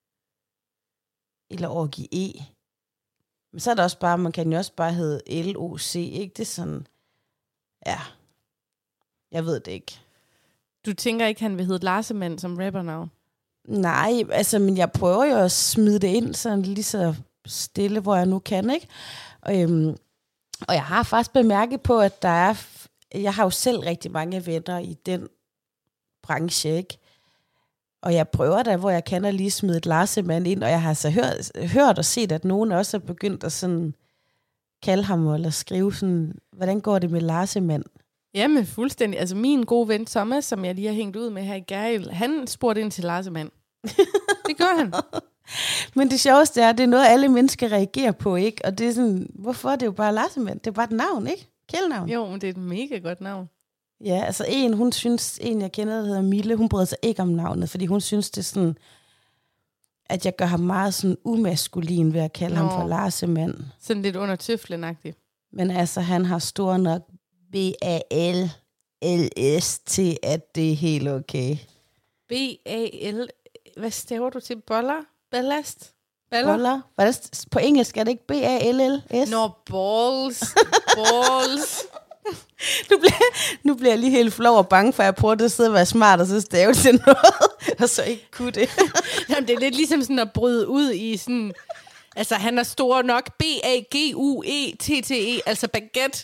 Eller Orgi E. Men så er der også bare, man kan jo også bare hedde L O C, ikke? Det er sådan, ja, jeg ved det ikke. Du tænker ikke, han vil hedde Larsemand som rappernavn? Nej, altså, men jeg prøver jo at smide det ind, sådan lige så stille, hvor jeg nu kan, ikke? Og, øhm, og jeg har faktisk bemærket på, at der er, jeg har jo selv rigtig mange venner i den branche, ikke? Og jeg prøver da, hvor jeg kan, at lige smide et Larsemand ind, og jeg har så hørt, hørt og set, at nogen også er begyndt at sådan kalde ham, eller skrive sådan, hvordan går det med Larsemand? Jamen, fuldstændig. Altså, min gode ven Thomas, som jeg lige har hængt ud med her i Gærhild, han spurgte ind til Larsemand. Det gør han. Men det sjoveste er, at det er noget, alle mennesker reagerer på, ikke? Og det er sådan, hvorfor? Det er jo bare Larsemand. Det er bare et navn, ikke? Kældnavn. Jo, men det er et mega godt navn. Ja, altså en, hun synes, en jeg kender, der hedder Mille, hun bryder sig ikke om navnet, fordi hun synes, det er sådan, at jeg gør ham meget sådan umaskulin ved at kalde Nå. ham for Larsemand. Sådan lidt under tøflen-agtigt. Men altså, han har stor nok B A L L S til, at det er helt okay. B A L, hvad staver du til? Boller? Ballast? Baller? Boller? Hvad er på engelsk er det ikke B A L L S? Nå, balls. Balls. Nu bliver, nu bliver jeg lige helt flov og bange for, at jeg prøver at sidde og være smart og så stave til noget, og så ikke kunne det. Jamen, det er lidt ligesom sådan at bryde ud i sådan... Altså, han er stor nok. B A G U E T T E, altså baguette.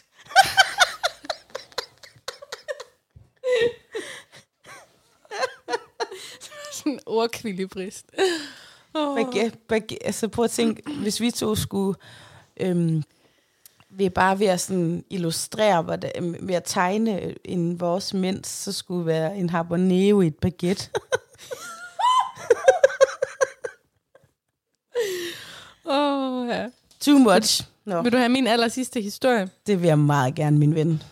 Sådan en ordkvildebrist. Oh. Baguette, baguette, altså prøv at tænke, hvis vi to skulle... Øhm, vi er bare ved at sådan illustrere, ved at tegne en vores mænd, så skulle være en habanero i et baguette. Åh, oh, ja. Too much. No. Vil du have min aller sidste historie? Det vil jeg meget gerne, min ven.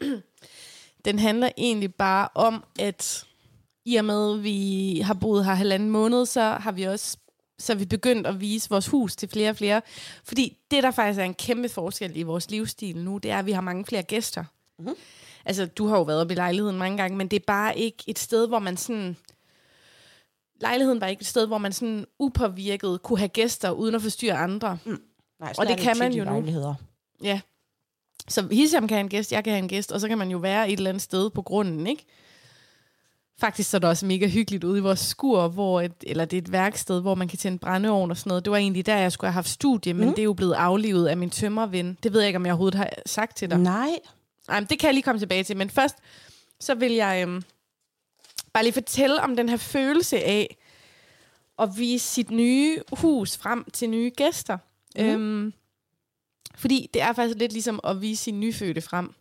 Den handler egentlig bare om, at i og med, at vi har boet her halvanden måned, så har vi også så vi begyndt at vise vores hus til flere og flere. Fordi det, der faktisk er en kæmpe forskel i vores livsstil nu, det er, at vi har mange flere gæster. Mm-hmm. Altså, du har jo været oppe i lejligheden mange gange, men det er bare ikke et sted, hvor man sådan... Lejligheden var ikke et sted, hvor man sådan upåvirket kunne have gæster, uden at forstyrre andre. Mm. Nej, og det kan man jo nu. Ja. Så Hisham kan have en gæst, jeg kan have en gæst, og så kan man jo være et eller andet sted på grunden, ikke? Faktisk så er det også mega hyggeligt ude i vores skur, hvor et, eller det er et værksted, hvor man kan tænde brændeovn og sådan noget. Det var egentlig der, jeg skulle have haft studie, men mm. det er jo blevet aflivet af min tømmerven. Det ved jeg ikke, om jeg overhovedet har sagt til dig. Nej. Ej, men det kan jeg lige komme tilbage til. Men først, så vil jeg øhm, bare lige fortælle om den her følelse af at vise sit nye hus frem til nye gæster. Mm. Øhm, fordi det er faktisk lidt ligesom at vise sin nyfødte frem.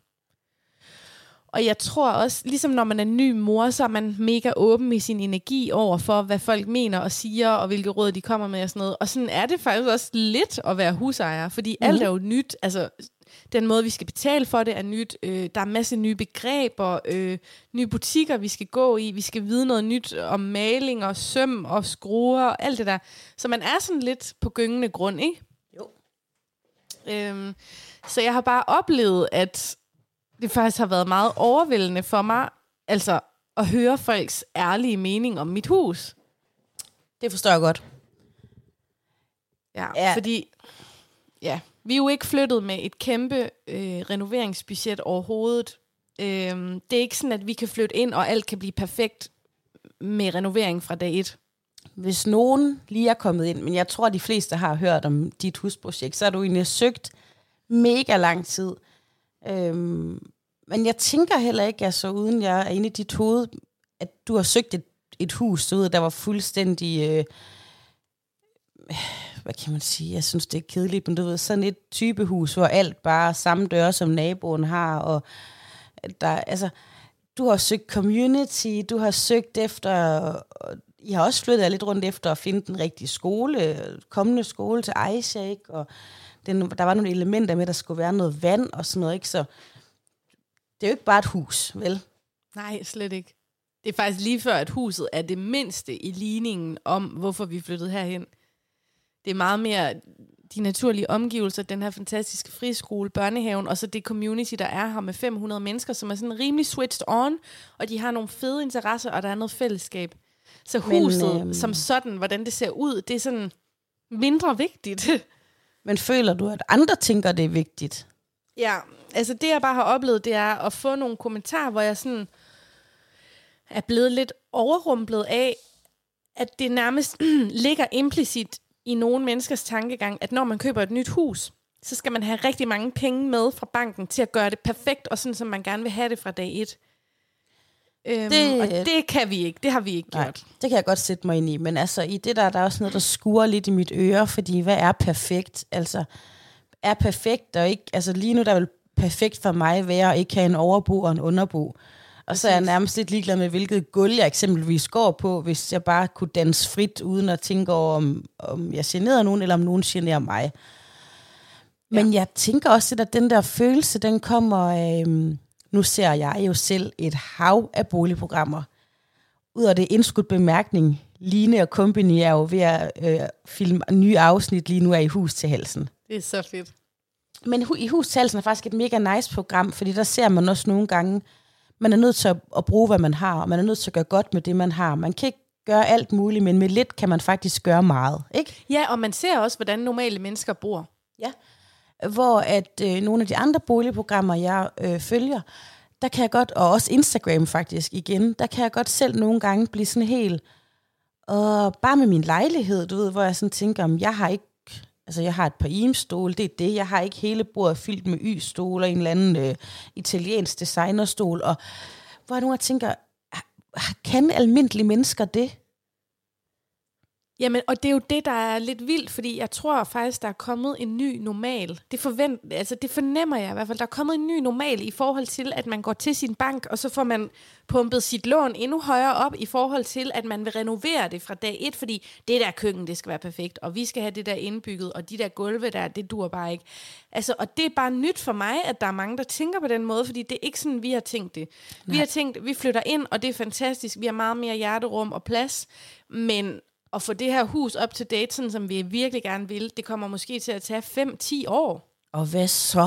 Og jeg tror også, ligesom når man er ny mor, så er man mega åben i sin energi over for, hvad folk mener og siger, og hvilke råd de kommer med og sådan noget. Og sådan er det faktisk også lidt at være husejer, fordi mm. alt er jo nyt. Altså, den måde, vi skal betale for det, er nyt. Øh, der er en masse nye begreber, øh, nye butikker, vi skal gå i. Vi skal vide noget nyt om maling og søm og skruer og alt det der. Så man er sådan lidt på gyngende grund, ikke? Jo. Øhm, så jeg har bare oplevet, at det faktisk har været meget overvældende for mig, altså at høre folks ærlige mening om mit hus. Det forstår jeg godt. Ja, ja. Fordi ja, vi er jo ikke flyttet med et kæmpe øh, renoveringsbudget overhovedet. Øhm, det er ikke sådan, at vi kan flytte ind, og alt kan blive perfekt med renovering fra dag et. Hvis nogen lige er kommet ind, men jeg tror, at de fleste har hørt om dit husprojekt, så har du egentlig søgt mega lang tid. Øhm, men jeg tænker heller ikke, altså uden jeg er inde i dit hoved, at du har søgt et, et hus ud, der var fuldstændig, øh, hvad kan man sige, jeg synes det er kedeligt, men du ved, sådan et typehus, hvor alt bare samme døre, som naboen har, og der, altså, du har søgt community, du har søgt efter, I har også flyttet lidt rundt efter at finde den rigtige skole, kommende skole til Isaac, og den, der var nogle elementer med, der skulle være noget vand og sådan noget, ikke? Så det er jo ikke bare et hus, vel? Nej, slet ikke. Det er faktisk lige før, at huset er det mindste i ligningen om, hvorfor vi flyttede herhen. Det er meget mere de naturlige omgivelser, den her fantastiske friskole, børnehaven, og så det community, der er her med fem hundrede mennesker, som er sådan rimelig switched on, og de har nogle fede interesser, og der er noget fællesskab. Så huset Men, øhm... som sådan, hvordan det ser ud, det er sådan mindre vigtigt. Men føler du, at andre tænker, det er vigtigt? Ja, altså det jeg bare har oplevet, det er at få nogle kommentarer, hvor jeg sådan er blevet lidt overrumplet af, at det nærmest ligger implicit i nogle menneskers tankegang, at når man køber et nyt hus, så skal man have rigtig mange penge med fra banken til at gøre det perfekt, og sådan som man gerne vil have det fra dag et. Øhm, det, og det kan vi ikke, det har vi ikke nej, gjort. Det kan jeg godt sætte mig ind i, men altså i det der, der er også noget, der skurer lidt i mit øre, fordi hvad er perfekt? Altså, er perfekt og ikke, altså lige nu der vil perfekt for mig være at ikke have en overbo og en underbo. Og så er jeg nærmest lidt ligeglad med, hvilket gulv jeg eksempelvis går på, hvis jeg bare kunne danse frit, uden at tænke over, om, om jeg generer nogen, eller om nogen generer mig. Men ja. Jeg tænker også, at den der følelse, den kommer af, nu ser jeg jo selv et hav af boligprogrammer. Ud af det indskudt bemærkning, Line og Company er jo ved at øh, filme nye afsnit lige nu af I hus til halsen. Det er så fedt. Men I hus til halsen er faktisk et mega nice program, fordi der ser man også nogle gange, man er nødt til at, at bruge, hvad man har, og man er nødt til at gøre godt med det, man har. Man kan ikke gøre alt muligt, men med lidt kan man faktisk gøre meget, ikke? Ja, og man ser også, hvordan normale mennesker bor. Ja, hvor at øh, nogle af de andre boligprogrammer, jeg øh, følger, der kan jeg godt, og også Instagram faktisk igen, der kan jeg godt selv nogle gange blive sådan helt, og bare med min lejlighed, du ved, hvor jeg sådan tænker, om jeg har ikke, altså jeg har et par imstole, det er det, jeg har ikke hele bordet fyldt med y-stole og en eller anden øh, italiensk designerstol, og hvor jeg nogle gange tænker, kan almindelige mennesker det? Jamen, og det er jo det, der er lidt vildt, fordi jeg tror faktisk, der er kommet en ny normal. Det, forvent, altså, det fornemmer jeg i hvert fald. Der er kommet en ny normal i forhold til, at man går til sin bank, og så får man pumpet sit lån endnu højere op i forhold til, at man vil renovere det fra dag et, fordi det der køkken, det skal være perfekt, og vi skal have det der indbygget, og de der gulve der, det dur bare ikke. Altså, og det er bare nyt for mig, at der er mange, der tænker på den måde, fordi det er ikke sådan, vi har tænkt det. Nej. Vi har tænkt, vi flytter ind, og det er fantastisk, vi har meget mere hjerterum og plads, men og få det her hus op til date, sådan som vi virkelig gerne vil, det kommer måske til at tage fem til ti år. Og hvad så?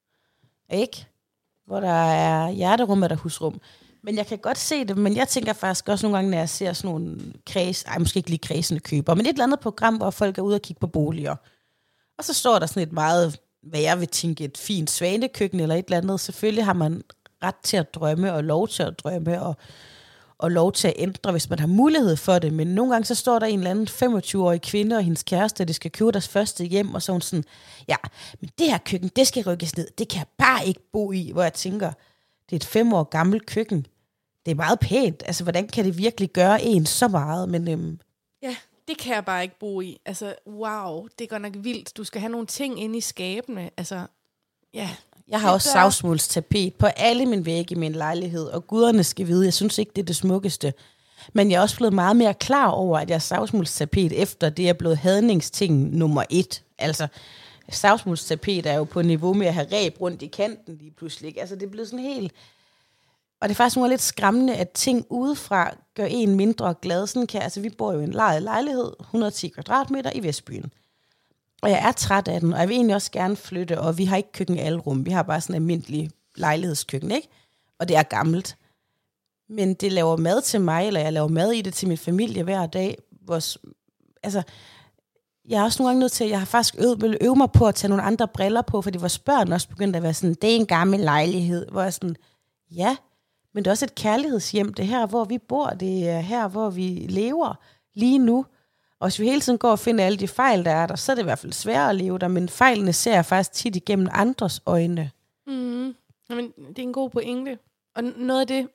Ikke? Hvor der er hjerterum, er der husrum. Men jeg kan godt se det, men jeg tænker faktisk også nogle gange, når jeg ser sådan nogle kreds, ej, måske ikke lige kredsende køber, men et eller andet program, hvor folk er ude og kigge på boliger. Og så står der sådan et meget, hvad jeg vil tænke, et fint svanekøkken eller et eller andet. Selvfølgelig har man ret til at drømme og lov til at drømme og og lov til at ændre, hvis man har mulighed for det. Men nogle gange så står der en eller anden femogtyve-årig kvinde og hendes kæreste, de skal købe deres første hjem, og så hun sådan, ja, men det her køkken, det skal rykkes ned. Det kan jeg bare ikke bo i, hvor jeg tænker, det er et fem år gammelt køkken. Det er meget pænt. Altså, hvordan kan det virkelig gøre en så meget? Men, øhm, ja, det kan jeg bare ikke bo i. Altså, wow, det er godt nok vildt. Du skal have nogle ting inde i skabene. Altså, ja. Jeg har også savsmuldstapet på alle mine vægge i min lejlighed, og guderne skal vide, jeg synes ikke, det er det smukkeste. Men jeg er også blevet meget mere klar over, at jeg er savsmuldstapet, efter det er blevet hadningsting nummer et. Altså, savsmuldstapet er jo på niveau med at have reb rundt i kanten lige pludselig. Altså, det er blevet sådan helt... Og det er faktisk nogle lidt skræmmende, at ting udefra gør en mindre glad. Sådan kan, altså, vi bor jo i en lejet lejlighed, et hundrede og ti kvadratmeter i Vestbyen. Og jeg er træt af den, og jeg vil egentlig også gerne flytte, og vi har ikke køkken i alle rum. Vi har bare sådan en almindelig lejlighedskøkken, ikke? Og det er gammelt. Men det laver mad til mig, eller jeg laver mad i det til min familie hver dag. Vores, altså, jeg er også nogle gange nødt til, at jeg har faktisk øvet, øve mig på at tage nogle andre briller på, fordi vores børn også begyndte at være sådan, det er en gammel lejlighed, hvor jeg sådan, ja, men det er også et kærlighedshjem, det er her, hvor vi bor, det er her, hvor vi lever lige nu. Og hvis vi hele tiden går og finder alle de fejl, der er der, så er det i hvert fald sværere at leve der, men fejlene ser jeg faktisk tit igennem andres øjne. Mm. Jamen, det er en god pointe. Og noget af det,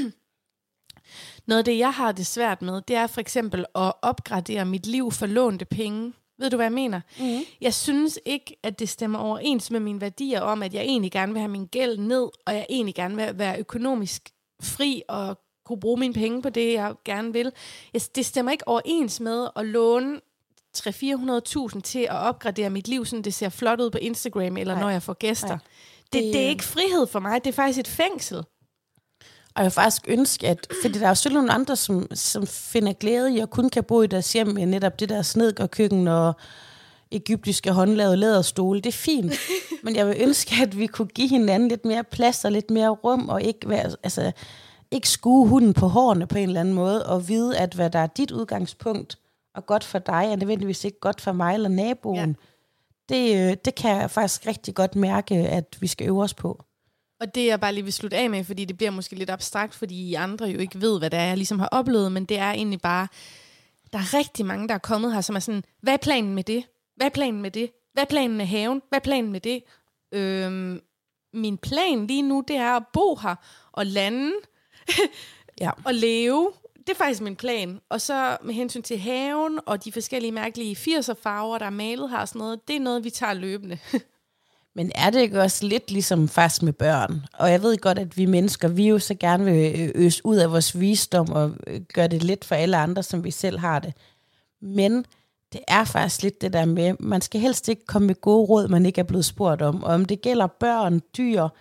noget af det, jeg har det svært med, det er for eksempel at opgradere mit liv for lånte penge. Ved du, hvad jeg mener? Mm. Jeg synes ikke, at det stemmer overens med mine værdier om, at jeg egentlig gerne vil have min gæld ned, og jeg egentlig gerne vil være økonomisk fri og kunne bruge mine penge på det, jeg gerne vil. Det stemmer ikke overens med at låne tre hundrede til fire hundrede tusind til at opgradere mit liv, så det ser flot ud på Instagram, eller Nej. Når jeg får gæster. Nej. Det, det, det er ikke frihed for mig, det er faktisk et fængsel. Og jeg vil faktisk ønske, at, fordi der er jo selvfølgelig nogle andre, som, som finder glæde i, og kun kan bo i deres hjem, i netop det der snedkerkøkken og egyptiske håndlavede læderstole. Det er fint, men jeg vil ønske, at vi kunne give hinanden lidt mere plads og lidt mere rum, og ikke være, altså, ikke skue hunden på hårene på en eller anden måde, og vide, at hvad der er dit udgangspunkt, og godt for dig, er nødvendigvis ikke godt for mig eller naboen. Ja. Det, det kan jeg faktisk rigtig godt mærke, at vi skal øve os på. Og det jeg bare lige vil slutte af med, fordi det bliver måske lidt abstrakt, fordi I andre jo ikke ved, hvad det er, jeg ligesom har oplevet, men det er egentlig bare, der er rigtig mange, der er kommet her, som er sådan, hvad er planen med det? Hvad er planen med det? Hvad er planen med haven? Hvad er planen med det? Øhm, min plan lige nu, det er at bo her og lande ja. og leve. Det er faktisk min plan. Og så med hensyn til haven og de forskellige mærkelige firser farver, der er malet her og sådan noget, det er noget, vi tager løbende. Men er det ikke også lidt ligesom fast med børn? Og jeg ved godt, at vi mennesker, vi jo så gerne vil øse ud af vores visdom og gøre det lidt for alle andre, som vi selv har det. Men det er faktisk lidt det der med, man skal helst ikke komme med gode råd, man ikke er blevet spurgt om. Og om det gælder børn, dyr,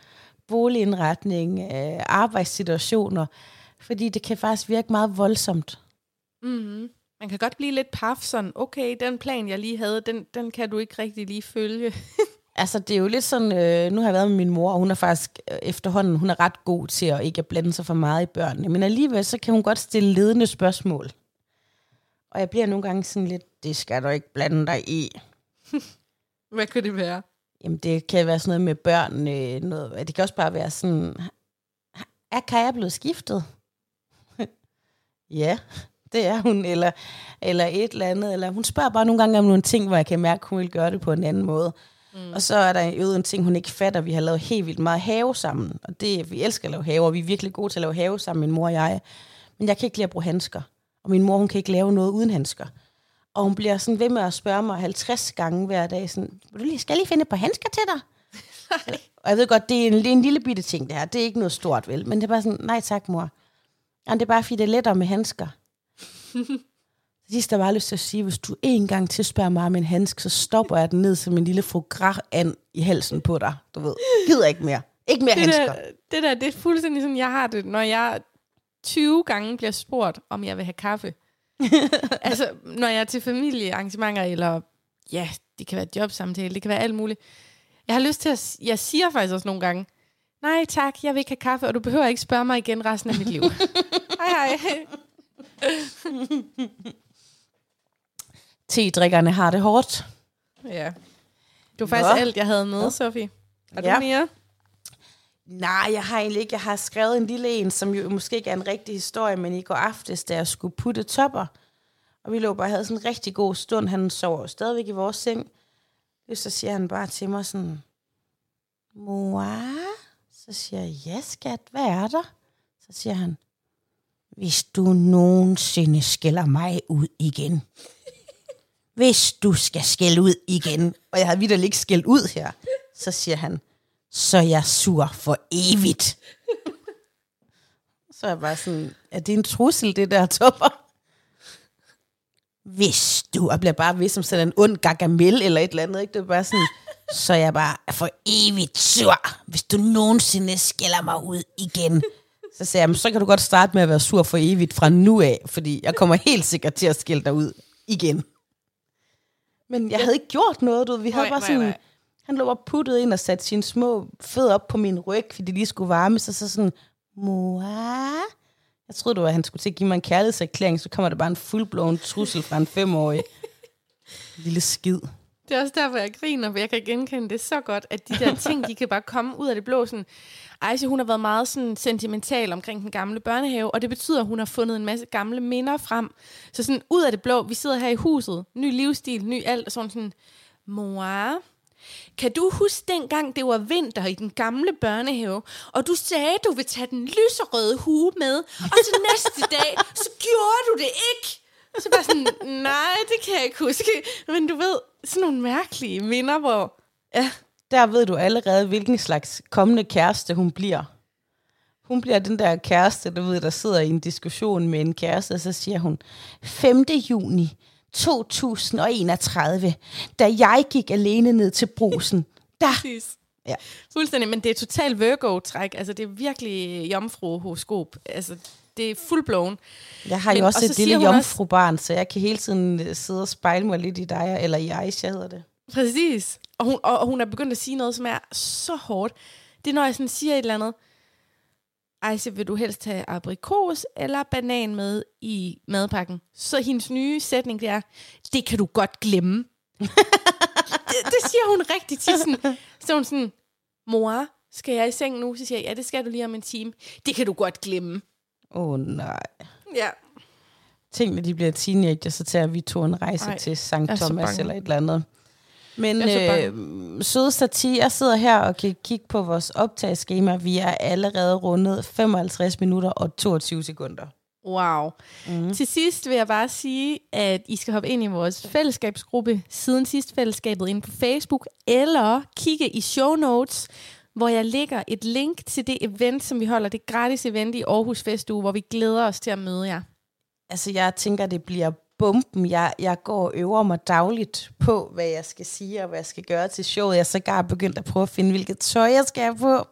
boligindretning, øh, arbejdssituationer, fordi det kan faktisk virke meget voldsomt. Mm-hmm. Man kan godt blive lidt paf, sådan, okay, den plan, jeg lige havde, den, den kan du ikke rigtig lige følge. Altså, det er jo lidt sådan, øh, nu har jeg været med min mor, og hun er faktisk øh, efterhånden, hun er ret god til at ikke at blande sig for meget i børnene, men alligevel, så kan hun godt stille ledende spørgsmål. Og jeg bliver nogle gange sådan lidt, det skal du ikke blande dig i. Hvad kunne det være? Jamen, det kan være sådan noget med børn, øh, noget, det kan også bare være sådan, er Kaja blevet skiftet? Ja, det er hun, eller, eller et eller andet, eller hun spørger bare nogle gange om nogle ting, hvor jeg kan mærke, at hun vil gøre det på en anden måde. Mm. Og så er der jo en ting, hun ikke fatter. Vi har lavet helt vildt meget have sammen, og det, vi elsker at lave have, og vi er virkelig gode til at lave have sammen, min mor og jeg. Men jeg kan ikke lide at bruge handsker, og min mor, hun kan ikke lave noget uden handsker. Og hun bliver sådan ved med at spørge mig halvtreds gange hver dag, sådan, skal jeg lige finde et par handsker til dig? Og jeg ved godt, det er en, det er en lille bitte ting, det her. Det er ikke noget stort, vel? Men det er bare sådan, nej tak, mor. Og det er bare, fordi det er lettere med handsker. Sidst, der var lyst til at sige, hvis du en gang tilspørger mig om en handsk, så stopper jeg den ned som en lille frugrat-and i halsen på dig. Du ved, gider ikke mere. Ikke mere det handsker. Der, det der, det er fuldstændig sådan, jeg har det, når jeg tyve gange bliver spurgt, om jeg vil have kaffe. Altså, når jeg er til familiearrangementer, eller ja, det kan være jobsamtale, det kan være alt muligt. Jeg har lyst til at, jeg siger faktisk også nogle gange, nej tak, jeg vil ikke have kaffe, og du behøver ikke spørge mig igen resten af mit liv. Hej hej. Te-drikkerne har det hårdt. Ja. Det var faktisk Nå. alt, jeg havde med, Sofie. Har du ja. mere? Nej, jeg har egentlig ikke. Jeg har skrevet en lille en, som jo måske ikke er en rigtig historie, men i går aftes, da jeg skulle putte topper, og vi lå bare og havde sådan en rigtig god stund. Han sover stadigvæk i vores seng. Så siger han bare til mig sådan, mor? Så siger jeg, ja skat, hvad er der? Så siger han, hvis du nogensinde skælder mig ud igen. Hvis du skal skælde ud igen. Og jeg havde vitterligt ikke skældt ud her. Så siger han, så er jeg sur for evigt. Så er jeg bare sådan, er det en trussel, det der topper? Hvis du, og bliver bare ved som sådan en ond gargamel eller et eller andet, ikke? Det er bare sådan, så er jeg bare for evigt sur, hvis du nogensinde skælder mig ud igen. Så sagde jeg, så kan du godt starte med at være sur for evigt fra nu af, fordi jeg kommer helt sikkert til at skælde dig ud igen. Men jeg havde ikke gjort noget, du. Vi havde nej, bare sådan, nej, nej. Han lå bare puttet ind og satte sine små fødder op på min ryg, fordi de lige skulle varme sig, så sådan, mor, jeg troede, det var, at han skulle til at give mig en kærlighedserklæring, så kommer der bare en fuldblåen trussel fra en femårig. Lille skid. Det er også derfor, jeg griner, for jeg kan genkende det så godt, at de der ting, de kan bare komme ud af det blå. Sådan, Aisha, hun har været meget sådan sentimental omkring den gamle børnehave, og det betyder, at hun har fundet en masse gamle minder frem. Så sådan ud af det blå, vi sidder her i huset, ny livsstil, ny alt, og sådan sådan, mor, kan du huske dengang, det var vinter i den gamle børnehave, og du sagde, du ville tage den lyserøde hue med, og til næste dag, så gjorde du det ikke. Så bare sådan, nej, det kan jeg ikke huske. Men du ved, sådan nogle mærkelige minder, hvor... Ja, der ved du allerede, hvilken slags kommende kæreste hun bliver. Hun bliver den der kæreste, du ved, der sidder i en diskussion med en kæreste, og så siger hun, femte juni to tusind og enogtredive, da jeg gik alene ned til Brugsen. Der. Præcis. Ja. Fuldstændig, men det er totalt Virgo-træk. Altså, det er virkelig jomfru-horoskop. Altså, det er fuldblåen. Jeg har jo men, også et lille jomfrubarn, også... så jeg kan hele tiden sidde og spejle mig lidt i dig, eller i Aisha hedder det. Præcis. Og hun, og hun er begyndt at sige noget, som er så hårdt. Det er, når jeg sådan siger et eller andet, Aisha, vil du helst have aprikos eller banan med i madpakken? Så hendes nye sætning, det er, det kan du godt glemme. det, det siger hun rigtig tit. Sådan, så hun sådan, mor, skal jeg i seng nu? Så siger jeg, ja, det skal du lige om en time. Det kan du godt glemme. Åh oh, nej. Ja. Tænk, når de bliver teenager, så tager vi to en rejse Ej, til Sankt Thomas eller et eller andet. Men øh, søde Satie, jeg sidder her og kan kigge på vores optageskema. Vi er allerede rundet femoghalvtreds minutter og toogtyve sekunder. Wow. Mm. Til sidst vil jeg bare sige, at I skal hoppe ind i vores fællesskabsgruppe siden sidst fællesskabet inde på Facebook, eller kigge i show notes, hvor jeg lægger et link til det event, som vi holder, det gratis event i Aarhus Festuge, hvor vi glæder os til at møde jer. Altså, jeg tænker, det bliver bomben. Jeg, jeg går og øver mig dagligt på, hvad jeg skal sige og hvad jeg skal gøre til showet. Jeg er så gar begyndt at prøve at finde, hvilket tøj jeg skal have på.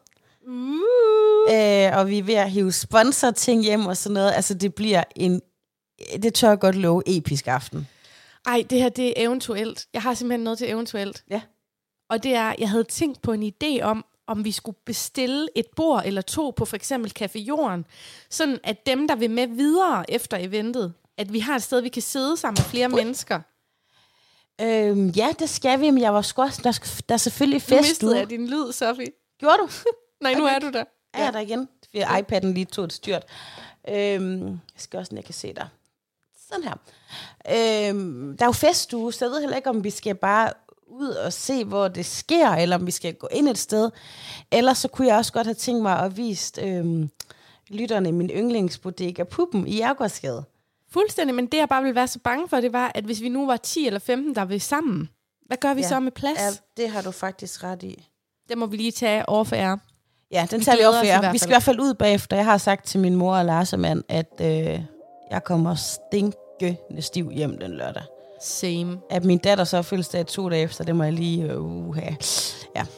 Uh. Øh, og vi er ved at hive sponsorting hjem og sådan noget. Altså, det bliver en, det tør jeg godt love, episk aften. Ej, det her, det er eventuelt. Jeg har simpelthen noget til eventuelt. Ja. Og det er, jeg havde tænkt på en idé om, om vi skulle bestille et bord eller to på for eksempel Café Jorden, sådan at dem, der vil med videre efter eventet, at vi har et sted, vi kan sidde sammen med flere Ui. mennesker. Øhm, ja, det skal vi, men jeg var sgu også, der, der er selvfølgelig fest. Nu mistede jeg din lyd, Sofie. Gjorde du? Nej, nu er du der. Er jeg der igen? Fordi ja. iPad'en lige tog et styrt. Øhm, jeg skal også, jeg kan se dig. Sådan her. Øhm, der er jo festuge, så jeg ved heller ikke, om vi skal bare ud og se, hvor det sker, eller om vi skal gå ind et sted. Ellers så kunne jeg også godt have tænkt mig at vise øhm, lytterne min yndlingsbodega Puppen i Jærgårdsgade. Fuldstændig, men det jeg bare ville være så bange for, det var, at hvis vi nu var ti eller femten, der vil sammen, hvad gør vi ja. så med plads? Ja, det har du faktisk ret i. Det må vi lige tage over for jer. Ja, den vi tager vi over for jer. Vi skal i hvert fald ud bagefter. Jeg har sagt til min mor og Larsemann, at øh, jeg kommer stinkende stiv hjem den lørdag. Same. At min datter så fødselsdag to dage efter, det må jeg lige uh, have. Ja.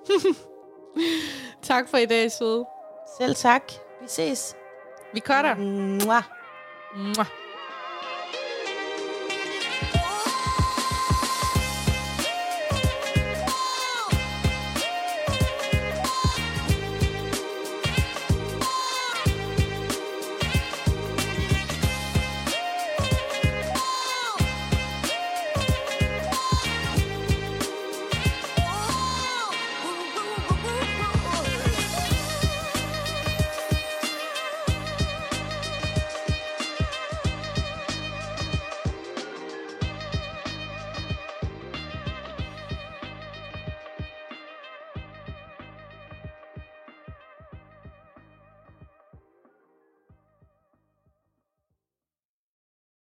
Tak for i dag, søde. Selv tak. Vi ses. Vi cutter. Mwah. Mwah.